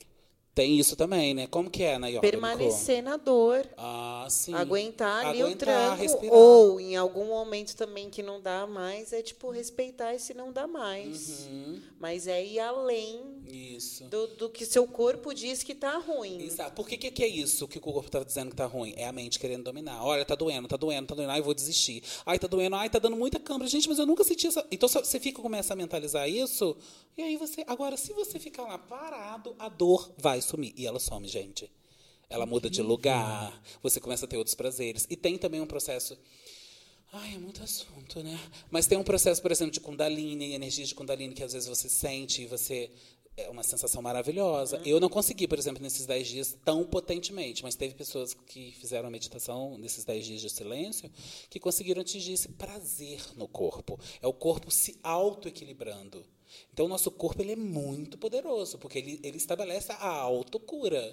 Tem isso também, né? Como que é na yoga? Permanecer na dor. Ah, sim. Aguentar ali Aguentar, o tranco. respirar. Ou, em algum momento também que não dá mais, é tipo respeitar esse não dá mais. Uhum. Mas é ir além Isso. do, do que seu corpo diz que tá ruim. Exato. Por que, que, que é isso que o corpo está dizendo que tá ruim? É a mente querendo dominar. Olha, tá doendo, tá doendo, tá doendo. Ai, eu vou desistir. Ai, tá doendo. Ai, tá dando muita câimbra. Gente, mas eu nunca senti essa... Então, você fica, começa a mentalizar isso, e aí você... Agora, se você ficar lá parado, a dor vai sumir. E ela some, gente. Ela muda de lugar, você começa a ter outros prazeres. E tem também um processo... Ai, é muito assunto, né? Mas tem um processo, por exemplo, de Kundalini, energia de Kundalini, que às vezes você sente e você... É uma sensação maravilhosa. Uhum. Eu não consegui, por exemplo, nesses dez dias, tão potentemente, mas teve pessoas que fizeram a meditação nesses dez dias de silêncio que conseguiram atingir esse prazer no corpo. É o corpo se autoequilibrando. Então, o nosso corpo ele é muito poderoso, porque ele, ele estabelece a autocura.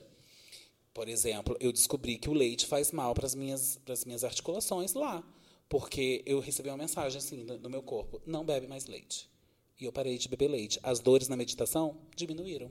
Por exemplo, eu descobri que o leite faz mal para as minhas, para as minhas articulações lá, porque eu recebi uma mensagem assim no, no meu corpo, não bebe mais leite. E eu parei de beber leite. As dores na meditação diminuíram.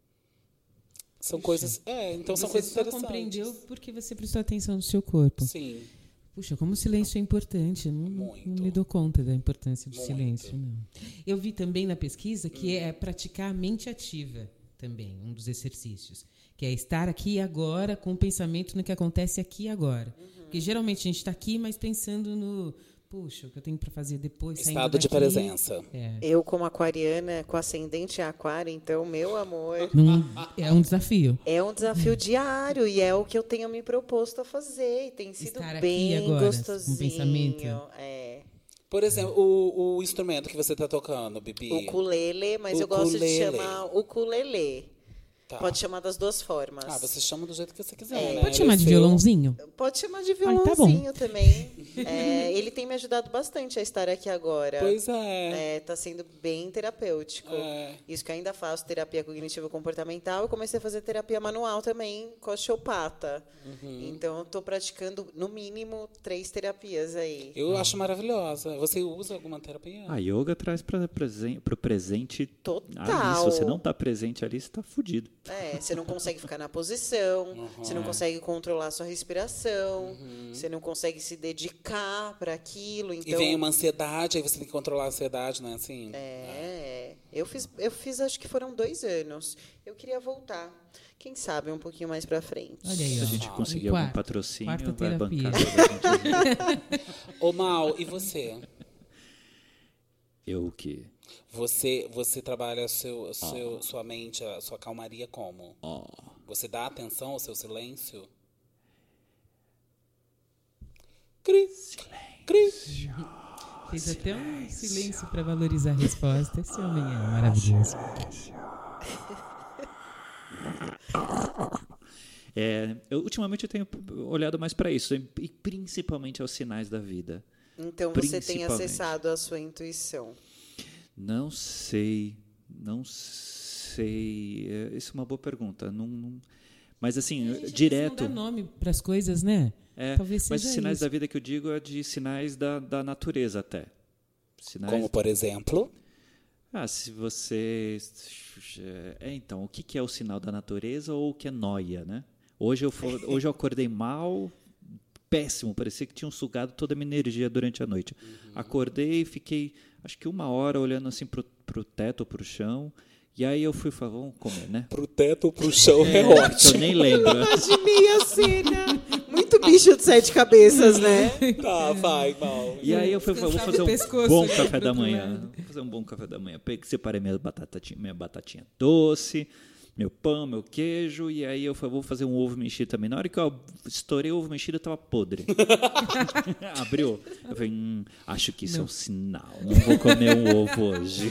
São Puxa. coisas... É, então você são coisas interessantes. Você só compreendeu porque você prestou atenção no seu corpo. Sim. Puxa, como o silêncio é importante. Eu não, Muito. não me dou conta da importância do Muito. silêncio, não. Eu vi também na pesquisa que hum. é praticar a mente ativa também, um dos exercícios. Que é estar aqui e agora com o pensamento no que acontece aqui e agora. Uhum. Porque geralmente a gente está aqui, mas pensando no, puxa, o que eu tenho para fazer depois, saindo Estado de daqui. presença. É. Eu, como aquariana, com ascendente em aquário, então, meu amor, Num- é um desafio. é um desafio diário e é o que eu tenho me proposto a fazer. E tem sido Estar aqui bem agora, gostosinho. com pensamento. É. Por exemplo, o, o instrumento que você está tocando, Bibi. Ukulele, mas eu gosto de Ukulele. chamar ukulele. Tá. Pode chamar das duas formas. Ah, você chama do jeito que você quiser, É. né? Pode chamar Ele de é seu. violãozinho? Pode chamar de Ai, tá bom. violãozinho também. É, ele tem me ajudado bastante a estar aqui agora. Pois é. É, tá sendo bem terapêutico. É. Isso que eu ainda faço terapia cognitivo comportamental, eu comecei a fazer terapia manual também com osteopata. Uhum. Então eu tô praticando no mínimo três terapias aí. Eu acho maravilhosa. Você usa alguma terapia? A yoga traz para presen o presente Total. ali. Se você não está presente ali, você está fudido. É, você não consegue ficar na posição, Uhum. você não consegue controlar a sua respiração, você não consegue se dedicar para aquilo. Então, E vem uma ansiedade, aí você tem que controlar a ansiedade, não é assim? É, eu fiz, eu fiz, acho que foram dois anos. Eu queria voltar. Quem sabe um pouquinho mais pra frente. Olha aí, Se ó. a gente Ah, conseguir e algum quarto- patrocínio, quarta vai terapia. bancar toda a gente. Ô, Mal, e você? Eu que... Você, você trabalha seu, seu, sua mente, a sua calmaria como? Você dá atenção ao seu silêncio? Cri, cri. Fez até um silêncio para valorizar a resposta. Esse homem é maravilhoso. É, eu, ultimamente eu tenho olhado mais para isso, e principalmente aos sinais da vida. Então você tem Principalmente. acessado a sua intuição. Não sei, não sei. É, isso é uma boa pergunta. Não, não- mas assim, direto. Não dá nome para as coisas, né? É, Talvez mas seja sinais isso. da vida que eu digo é de sinais da, da natureza até. Sinais. Como, por exemplo? Ah, se você. É, então, o que que é o sinal da natureza ou o que é noia, né? Hoje eu, fo- hoje eu acordei mal, péssimo, parecia que tinham sugado toda a minha energia durante a noite. Acordei e fiquei, acho que uma hora olhando assim pro, pro teto, pro chão, e aí eu fui falar, vamos comer, né? Pro teto ou pro chão é, Que eu ótimo. nem lembro. Imaginei a cena. Muito bicho de sete cabeças, né? Tá, vai, Mal. E aí eu fui falar, vou fazer um pescoço, bom né, café pro da outro manhã. lado. Vou fazer um bom café da manhã. Peguei, separei minha batatinha, minha batatinha doce, meu pão, meu queijo, e aí eu falei, vou fazer um ovo mexido também. Na hora que eu estourei o ovo mexido, estava podre. Abriu. Eu falei, hum, acho que isso é um sinal. Não vou comer um ovo hoje.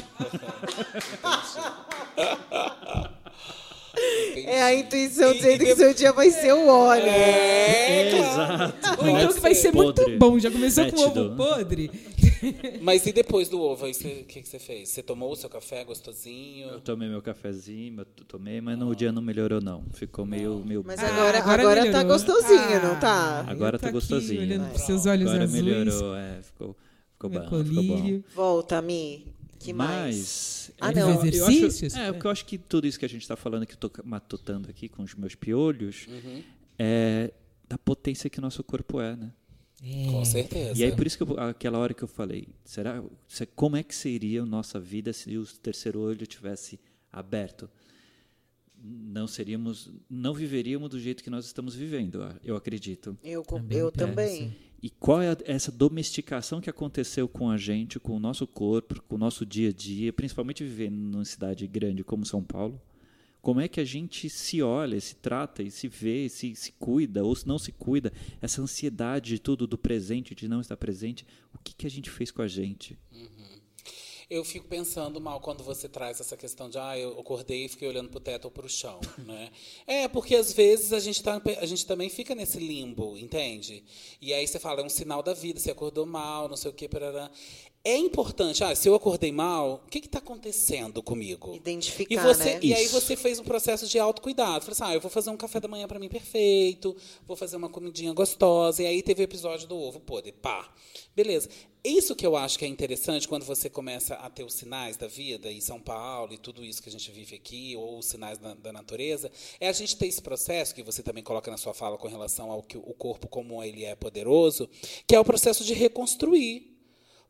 É a intuição dizendo que seu dia vai ser o ó, né? É, É, claro. exato. Ou então que vai ser Podre. muito bom. Já começou com Fétido. ovo podre. Mas e depois do ovo, aí você- o que, que você fez? Você tomou o seu café gostosinho? Eu tomei meu cafezinho, eu tomei, mas no dia não melhorou, não. Ficou meio... meio Mas Ah, agora, agora agora, tá melhorou. gostosinho, Ah, não tá? Agora eu tô tá aqui gostosinho. olhando É. pros seus olhos Agora azuis. melhorou, é, ficou, ficou Meu bom, ficou bom. colírio. Volta, Mi. Que mais? Mas, Ah, Ele não. fez eu acho- exercícios? é, porque eu acho que tudo isso que a gente está falando, que eu estou matutando aqui com os meus piolhos, Uhum. é da potência que o nosso corpo é, né? É. Com certeza. E aí, por isso que eu, aquela hora que eu falei, será, se- como é que seria a nossa vida se o terceiro olho tivesse aberto? Não seríamos, não viveríamos do jeito que nós estamos vivendo, eu acredito. Eu, co- Também eu penso. também. E qual é a- essa domesticação que aconteceu com a gente, com o nosso corpo, com o nosso dia a dia, principalmente vivendo numa cidade grande como São Paulo? Como é que a gente se olha, se trata e se vê, se, se cuida ou se não se cuida? Essa ansiedade de tudo, do presente, de não estar presente, o que, que a gente fez com a gente? Eu fico pensando mal quando você traz essa questão de ah, eu acordei e fiquei olhando pro teto ou pro chão, né? É, porque às vezes a gente, tá, a gente também fica nesse limbo, entende? E aí você fala, é um sinal da vida, você acordou mal, não sei o quê, parará. É importante, ah, se eu acordei mal, o que está acontecendo comigo? Identificar, e você, né? E aí Isso. você fez um processo de autocuidado. Falei assim, ah, eu vou fazer um café da manhã para mim perfeito, vou fazer uma comidinha gostosa. E aí teve o episódio do ovo podre, pá. Beleza. Isso que eu acho que é interessante quando você começa a ter os sinais da vida, em São Paulo, e tudo isso que a gente vive aqui, ou os sinais da, da natureza, é a gente ter esse processo, que você também coloca na sua fala com relação ao que o corpo como ele é poderoso, que é o processo de reconstruir.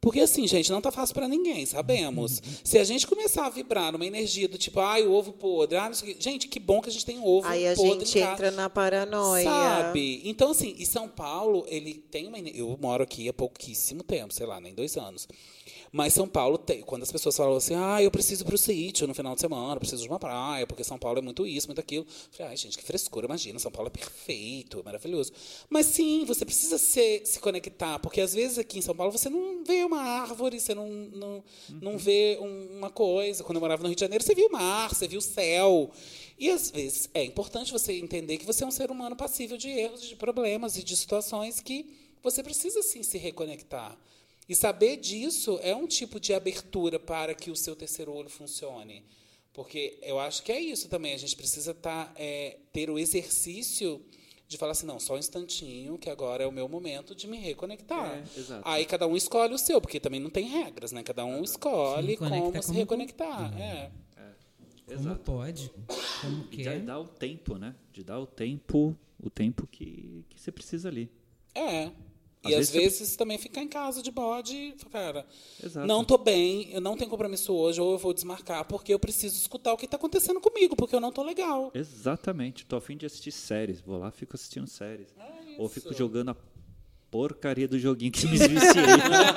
Porque, assim, gente, não tá fácil para ninguém, sabemos. Se a gente começar a vibrar numa energia do tipo, ai, o ovo podre, ah, não sei o quê. Gente, que bom que a gente tem ovo Aí a podre gente em casa. entra na paranoia. Sabe? Então, assim, e São Paulo, ele tem uma... Eu moro aqui há pouquíssimo tempo, sei lá, nem dois anos. Mas São Paulo, tem, quando as pessoas falam assim, ah, eu preciso ir pro sítio no final de semana, preciso de uma praia, porque São Paulo é muito isso, muito aquilo. Eu falei, ai, gente, que frescura, imagina, São Paulo é perfeito, é maravilhoso. Mas sim, você precisa ser, se conectar, porque às vezes aqui em São Paulo você não vê uma árvore, você não, não, não vê um, uma coisa. Quando eu morava no Rio de Janeiro, você viu o mar, você viu o céu. E às vezes é importante você entender que você é um ser humano passível de erros, de problemas e de situações que você precisa sim se reconectar. E saber disso é um tipo de abertura para que o seu terceiro olho funcione. Porque eu acho que é isso também. A gente precisa tá, é, ter o exercício de falar assim, não, só um instantinho, que agora é o meu momento de me reconectar. É, exato. Aí cada um escolhe o seu, porque também não tem regras, né? Cada um escolhe Se como, conecta se como- reconectar. Uhum. É. Como Exato. pode, como De quer. dar o tempo, né? De dar o tempo, o tempo que, que você precisa ali. É. Às E às vezes você- vezes também ficar em casa de bode, cara, Exato. não tô bem, eu não tenho compromisso hoje, ou eu vou desmarcar, porque eu preciso escutar o que está acontecendo comigo, porque eu não tô legal. Exatamente. Tô a fim de assistir séries. Vou lá, fico assistindo séries. É Ou isso. fico jogando a porcaria do joguinho que me viciei.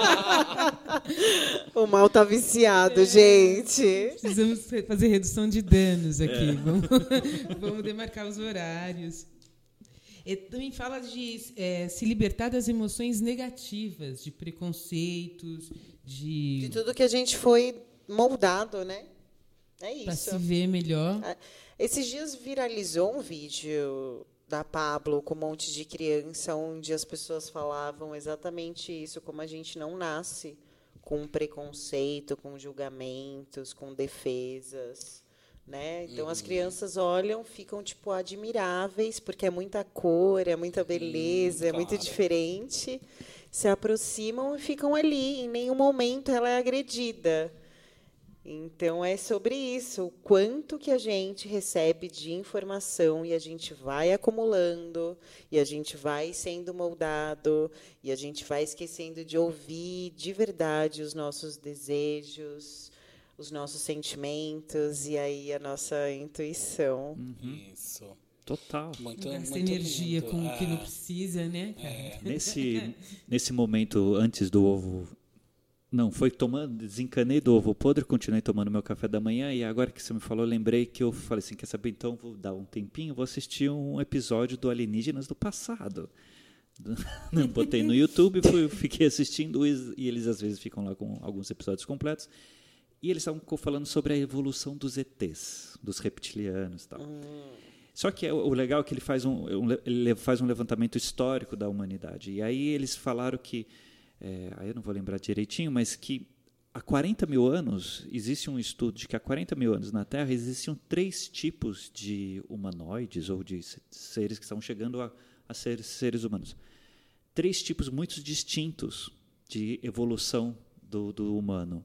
O mal tá viciado, gente. Precisamos fe- fazer redução de danos aqui. Vamos, vamos demarcar os horários. E também fala de é, se libertar das emoções negativas, de preconceitos, de, De tudo que a gente foi moldado, né? É para isso. se ver melhor. Esses dias viralizou um vídeo da Pablo com um monte de criança, onde as pessoas falavam exatamente isso, como a gente não nasce com preconceito, com julgamentos, com defesas, né? Então as crianças olham, ficam tipo admiráveis, porque é muita cor, é muita beleza, é muito claro. diferente. Se aproximam e ficam ali, em nenhum momento ela é agredida. Então, é sobre isso, o quanto que a gente recebe de informação e a gente vai acumulando, e a gente vai sendo moldado, e a gente vai esquecendo de ouvir de verdade os nossos desejos, os nossos sentimentos, e aí a nossa intuição. Isso. Total. Muito, Gasta muito energia lindo. com o que não É. precisa, né? cara? É. Nesse, nesse momento, antes do ovo... Não, foi tomando... Desencanei do ovo podre, continuei tomando meu café da manhã, e agora que você me falou, eu lembrei que eu falei assim, quer saber, então vou dar um tempinho, vou assistir um episódio do Alienígenas do Passado. Não, botei no YouTube, fui, fiquei assistindo, e eles às vezes ficam lá com alguns episódios completos, e eles estavam falando sobre a evolução dos E Tês, dos reptilianos e tal. Só que o legal é que ele faz um, ele faz um levantamento histórico da humanidade. E aí eles falaram que, é, aí eu não vou lembrar direitinho, mas que há quarenta mil anos, existe um estudo de que há quarenta mil anos na Terra existiam três tipos de humanoides, ou de seres que estavam chegando a, a ser seres humanos. Três tipos muito distintos de evolução do, do humano.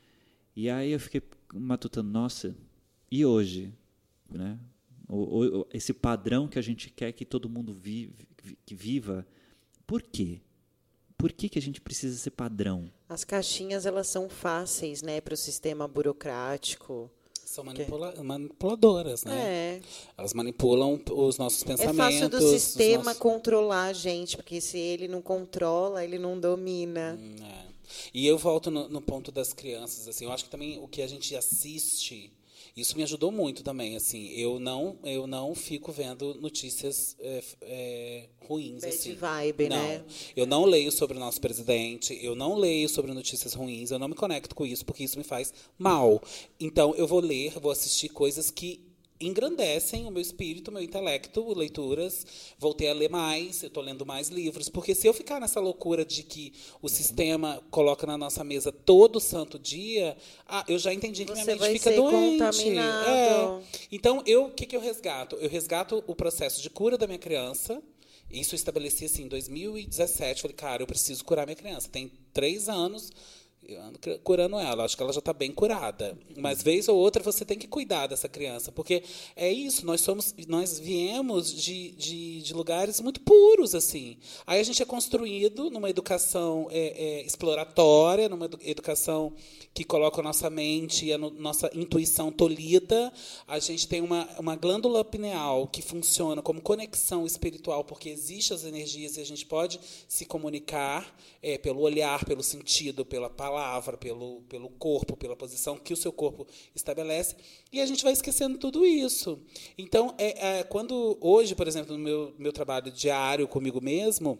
E aí eu fiquei matutando, nossa, e hoje? Né? O, o, esse padrão que a gente quer que todo mundo vive, que viva, por quê? Por que, que a gente precisa ser padrão? As caixinhas, elas são fáceis, né, para o sistema burocrático. São manipula manipuladoras, né? É. Elas manipulam os nossos É pensamentos. fácil do os sistema nossos- controlar a gente, porque se ele não controla, ele não domina. Hum, é. E eu volto no, no ponto das crianças, assim, eu acho que também o que a gente assiste, isso me ajudou muito também, assim, eu não, eu não fico vendo notícias é, é, ruins, Bad assim. vibe, não. né? Eu não leio sobre o nosso presidente, eu não leio sobre notícias ruins, eu não me conecto com isso, porque isso me faz mal. Então, eu vou ler, vou assistir coisas que engrandecem o meu espírito, o meu intelecto, leituras. Voltei a ler mais, eu estou lendo mais livros, porque se eu ficar nessa loucura de que o sistema coloca na nossa mesa todo santo dia, ah, eu já entendi que minha Você mente vai fica ser doente. contaminado. É. Então, eu, o que, que eu resgato? Eu resgato o processo de cura da minha criança. Isso eu estabeleci assim, em dois mil e dezessete. Falei, cara, eu preciso curar minha criança. Tem três anos. Eu ando curando ela, acho que ela já está bem curada. Mas vez ou outra você tem que cuidar dessa criança, porque é isso, nós somos, nós viemos de, de, de lugares muito puros, assim. Aí a gente é construído numa educação é, é, exploratória, numa educação que coloca a nossa mente e a no, nossa intuição tolhida. A gente tem uma, uma glândula pineal que funciona como conexão espiritual, porque existem as energias e a gente pode se comunicar é, pelo olhar, pelo sentido, pela palavra, palavra, pelo, pelo corpo, pela posição que o seu corpo estabelece, e a gente vai esquecendo tudo isso. Então, é, é, quando hoje, por exemplo, no meu, meu trabalho diário comigo mesmo,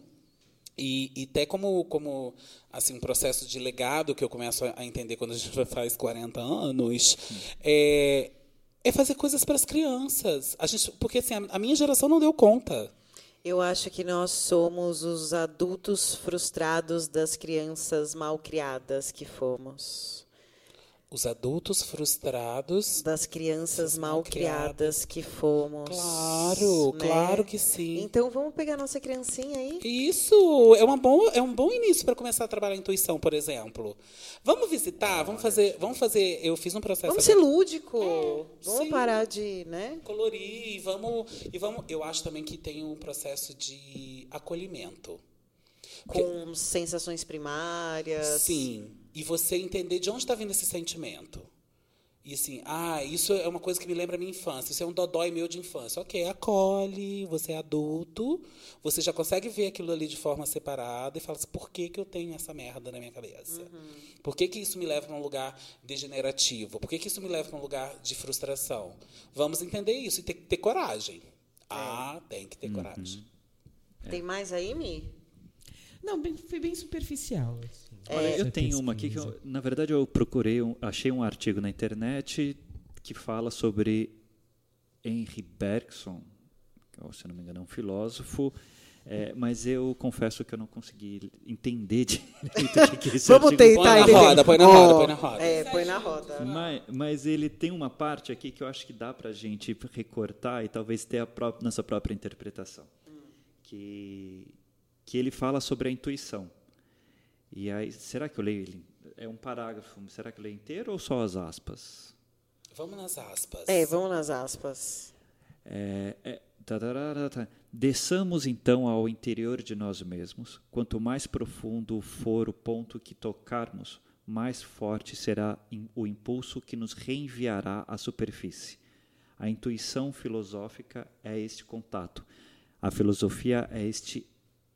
e, e até como, como assim, um processo de legado que eu começo a entender quando a gente faz quarenta anos, é, é fazer coisas para as crianças. A gente, porque assim, a, a minha geração não deu conta. Eu acho que nós somos os adultos frustrados das crianças mal criadas que fomos. Os adultos frustrados das crianças mal criadas que fomos. Claro, né? Claro que sim. Então vamos pegar nossa criancinha aí. Isso é uma bom, é um bom início para começar a trabalhar a intuição, por exemplo. Vamos visitar, vamos fazer, vamos fazer. Eu fiz um processo. Vamos ser lúdico. É, vamos sim. parar de, né? Colorir, vamos e vamos. Eu acho também que tem um processo de acolhimento. Com Porque, sensações primárias. Sim. E você entender de onde está vindo esse sentimento. E assim, ah, isso é uma coisa que me lembra a minha infância. Isso é um dodói meu de infância. Ok, acolhe, você é adulto, você já consegue ver aquilo ali de forma separada e fala assim, por que, que eu tenho essa merda na minha cabeça? Uhum. Por que, que isso me leva para um lugar degenerativo? Por que, que isso me leva para um lugar de frustração? Vamos entender isso e ter que ter coragem. É. Ah, tem que ter uhum. coragem. É. Tem mais aí, Mi? Não, bem, foi bem superficial. Assim. Olha, é, eu tenho uma aqui que, eu, na verdade, eu procurei, um, achei um artigo na internet que fala sobre Henri Bergson, que, se não me engano, é um filósofo, é, mas eu confesso que eu não consegui entender direito o que, que esse Vamos artigo... tentar põe na roda, põe na roda, põe na roda. É, põe na roda. Mas, mas ele tem uma parte aqui que eu acho que dá para a gente recortar e talvez ter a própria, nossa própria interpretação. Hum. Que... que ele fala sobre a intuição. E aí, será que eu leio ele? É um parágrafo, será que eu leio inteiro ou só as aspas? Vamos nas aspas. É, vamos nas aspas. É, é, tá, tá, tá. Desçamos, então, ao interior de nós mesmos. Quanto mais profundo for o ponto que tocarmos, mais forte será o impulso que nos reenviará à superfície. A intuição filosófica é este contato. A filosofia é este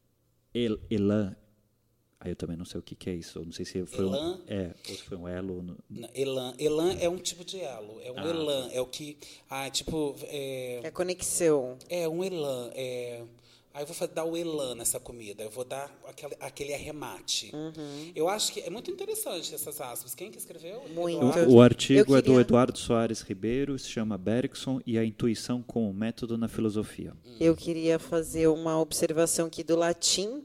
El, elan, aí eu também não sei o que, que é isso, não sei se foi elan? um, é, ou se foi um elo. No... Elan, elan é um tipo de elo, é um ah. elan, é o que, ah, tipo, é, é conexão. É um elan, é, aí eu vou dar o elan nessa comida, eu vou dar aquele, aquele arremate. Uhum. Eu acho que é muito interessante essas aspas. Quem que escreveu? Muito. O, o artigo queria... é do Eduardo Soares Ribeiro, se chama Bergson e a intuição como método na filosofia. Hum. Eu queria fazer uma observação aqui do latim.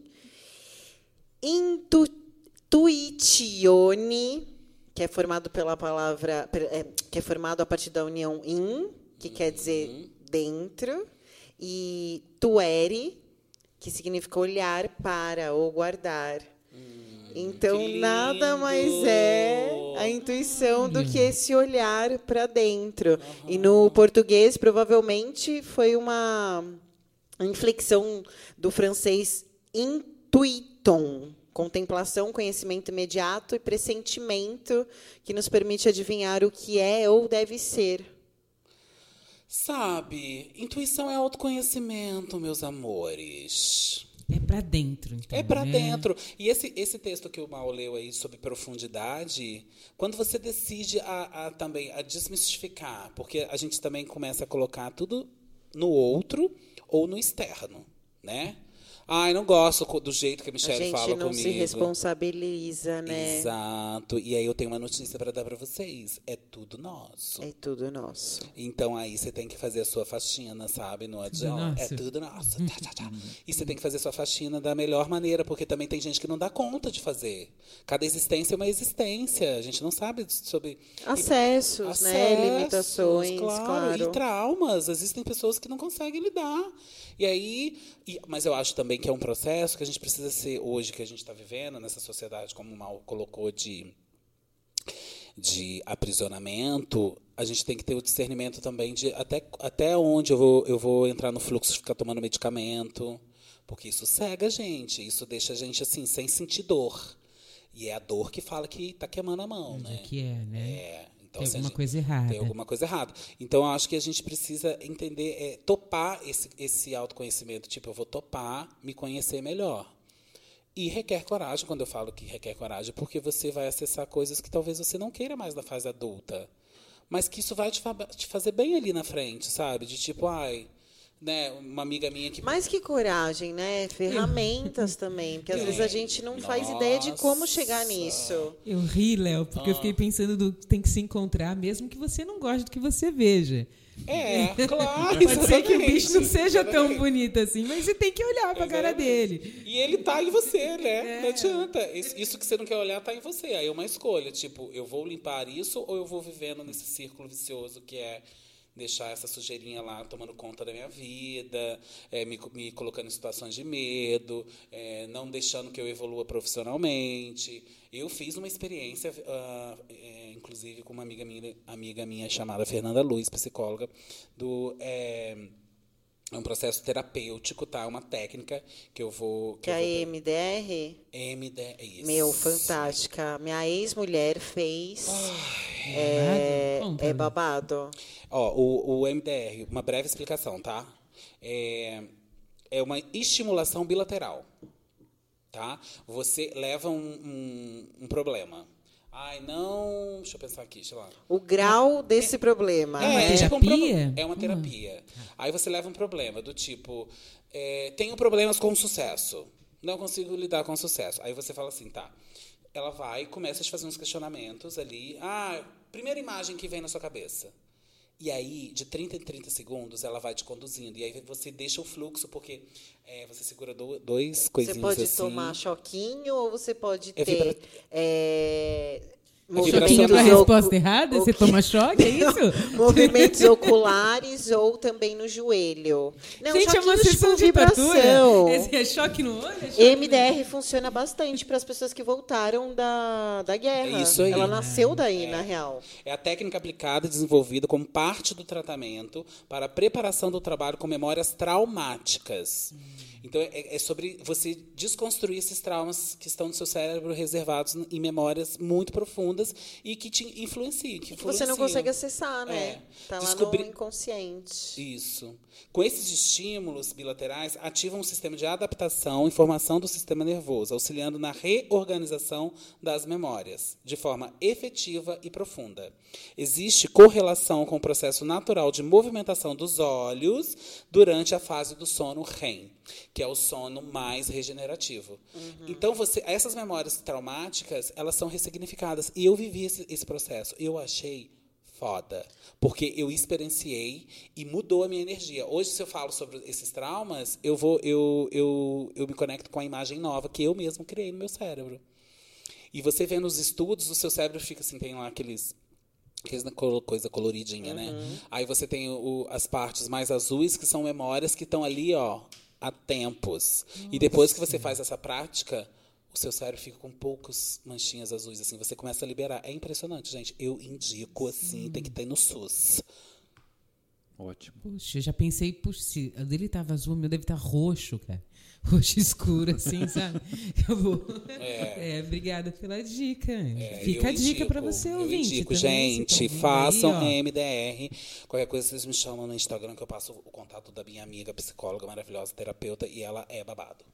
Intuitione, que é formado pela palavra, é, que é formado a partir da união in, que uhum. quer dizer dentro, e tuere, que significa olhar para ou guardar. Hum, então, nada mais é a intuição do que esse olhar para dentro. Uhum. E no português, provavelmente, foi uma inflexão do francês intuiton, contemplação, conhecimento imediato e pressentimento que nos permite adivinhar o que é ou deve ser. Sabe, intuição é autoconhecimento, meus amores. É para dentro, então. É para né? dentro. E esse, esse texto que o Mal leu aí sobre profundidade, quando você decide a, a, também a desmistificar, porque a gente também começa a colocar tudo no outro ou no externo, né? Ai, não gosto do jeito que a Michelle fala comigo. A gente não se responsabiliza, né? Exato. E aí eu tenho uma notícia para dar para vocês. É tudo nosso. É tudo nosso. Então aí você tem que fazer a sua faxina, sabe? No adião. É tudo nosso. Tá, tá, tá. E você tem que fazer a sua faxina da melhor maneira, porque também tem gente que não dá conta de fazer. Cada existência é uma existência. A gente não sabe sobre... Acessos, e... né? Acessos, limitações, claro. claro. E traumas. Existem pessoas que não conseguem lidar. E aí... E... Mas eu acho também também que é um processo que a gente precisa ser, hoje, que a gente está vivendo nessa sociedade, como o Mal colocou, de, de aprisionamento, a gente tem que ter o discernimento também de até, até onde eu vou, eu vou entrar no fluxo de ficar tomando medicamento, porque isso cega a gente, isso deixa a gente assim, sem sentir dor. E é a dor que fala que está queimando a mão, Onde né? que é, né? É. Então, Tem assim, alguma gente, coisa errada. Tem alguma coisa errada. Então, eu acho que a gente precisa entender, é, topar esse, esse autoconhecimento. Tipo, eu vou topar, me conhecer melhor. E requer coragem, quando eu falo que requer coragem, porque você vai acessar coisas que talvez você não queira mais na fase adulta. Mas que isso vai te, fa- te fazer bem ali na frente, sabe? De tipo, ai... Né, uma amiga minha que... Mais que coragem, né? Ferramentas também. Porque às Tem. vezes a gente não faz Nossa. ideia de como chegar nisso. Eu ri, Léo, porque eu fiquei pensando do tem que se encontrar, mesmo que você não goste do que você veja. É, claro. Pode ser que o bicho não exatamente, seja tão exatamente. bonito assim, mas você tem que olhar pra cara Exatamente. dele. E ele tá em você, né? É. Não adianta. Isso isso que você não quer olhar tá em você. Aí é uma escolha. Tipo, eu vou limpar isso ou eu vou vivendo nesse círculo vicioso que é deixar essa sujeirinha lá tomando conta da minha vida, é, me, me colocando em situações de medo, é, não deixando que eu evolua profissionalmente. Eu fiz uma experiência, uh, é, inclusive, com uma amiga minha, amiga minha chamada Fernanda Luiz, psicóloga, do... É, é um processo terapêutico, tá? Uma técnica que eu vou... Que eu a vou- E M D R, M D R. meu, fantástica. Minha ex-mulher fez. É, É, conta, é né? babado. Ó, o, o M D R, uma breve explicação, tá? É, é uma estimulação bilateral, tá? Você leva um, um, um problema. Ai, não... Deixa eu pensar aqui, deixa lá. O grau desse problema. É, né? é tipo um terapia? pro- é uma terapia. Aí você leva um problema do tipo, é, tenho problemas com sucesso. Não consigo lidar com sucesso. Aí você fala assim, tá. Ela vai e começa a te fazer uns questionamentos ali. Ah, primeira imagem que vem na sua cabeça. E aí, de trinta em trinta segundos, ela vai te conduzindo. E aí você deixa o fluxo, porque é, você segura do, dois Você coisinhos pode assim. tomar choquinho ou você pode É ter. vibra- É, vibração Choquinho do pra oco- resposta errada? Você toma choque, é isso? movimentos oculares ou também no joelho. Não, Gente, é uma choquinhos sessão tipo de vibração. tortura. Esse é choque no olho? É choque M D no- R funciona bastante para as pessoas que voltaram da, da guerra. É isso aí. Ela nasceu daí, na real. É a técnica aplicada e desenvolvida como parte do tratamento para a preparação do trabalho com memórias traumáticas. Então, é, é sobre você desconstruir esses traumas que estão no seu cérebro reservados em memórias muito profundas e que te influenciam. Que, Que você não influenciam. consegue acessar, né? É. Tá lá Descobri- no inconsciente. Isso. Com esses estímulos bilaterais, ativam um sistema de adaptação e formação do sistema nervoso, auxiliando na reorganização das memórias, de forma efetiva e profunda. Existe correlação com o processo natural de movimentação dos olhos durante a fase do sono R E M, que é o sono mais regenerativo. Então, você, essas memórias traumáticas, elas são ressignificadas. E eu vivi esse, esse processo. Eu achei foda. Porque eu experienciei e mudou a minha energia. Hoje, se eu falo sobre esses traumas, eu, vou, eu, eu, eu me conecto com a imagem nova que eu mesmo criei no meu cérebro. E você vê nos estudos, o seu cérebro fica assim, tem lá aqueles... aqueles colo- coisa coloridinha, né? Aí você tem o- as partes mais azuis, que são memórias que estão ali, ó, há tempos. E depois que você faz essa prática, o seu cérebro fica com poucas manchinhas azuis, assim, você começa a liberar. É impressionante, gente. Eu indico, assim, tem que ter no SUS. Ótimo. Puxa, eu já pensei, puxa, se o dele tava azul, o meu deve estar roxo, cara. Roxo escuro, assim, sabe? Eu vou. É, obrigada pela dica. É, Fica eu a dica para indico, você, eu ouvinte. indico, também, gente, você tá ouvindo façam aí, ó. M D R. Qualquer coisa, vocês me chamam no Instagram, que eu passo o contato da minha amiga psicóloga maravilhosa, terapeuta, e ela é babado.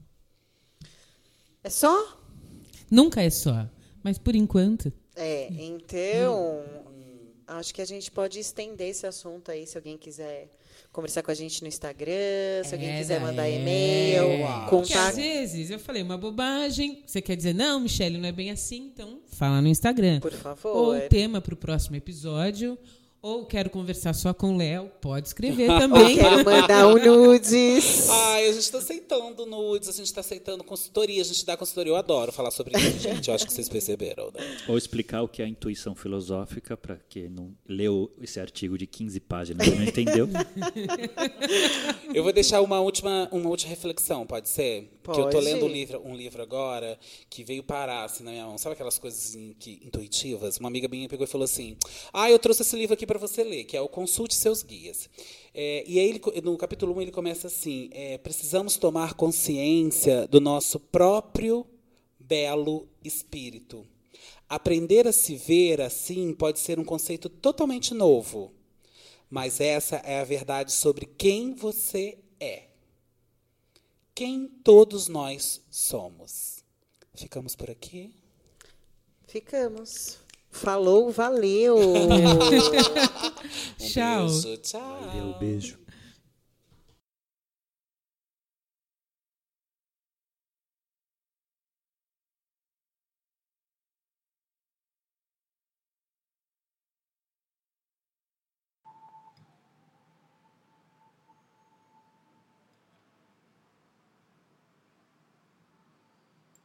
É só? Nunca é só, mas por enquanto. É, então, acho que a gente pode estender esse assunto aí, se alguém quiser conversar com a gente no Instagram, se alguém É, quiser mandar é. e-mail, Porque contar. às vezes eu falei uma bobagem, você quer dizer, não, Michele, não é bem assim, então fala no Instagram. Por favor. Ou o tema para o próximo episódio, Ou quero conversar só com o Léo, pode escrever Ou também. quero mandar um nudes. Ai, a gente está aceitando nudes, a gente está aceitando consultoria, a gente dá consultoria. Eu adoro falar sobre isso, gente. Eu acho que vocês perceberam, né? Ou explicar o que é a intuição filosófica, para quem não leu esse artigo de quinze páginas e não entendeu. Eu vou deixar uma última, uma última reflexão, pode ser? Porque eu tô Pode. lendo um livro, um livro agora que veio parar assim na minha mão. Sabe aquelas coisas assim, que, intuitivas? Uma amiga minha pegou e falou assim: ah, eu trouxe esse livro aqui para você ler, que é o Consulte Seus Guias. É, e aí, ele, no capítulo um, ele começa assim: é, precisamos tomar consciência do nosso próprio belo espírito. Aprender a se ver assim pode ser um conceito totalmente novo, mas essa é a verdade sobre quem você é. Quem todos nós somos. Ficamos por aqui? Ficamos. Falou, valeu. Um Tchau. beijo, tchau. Valeu, beijo.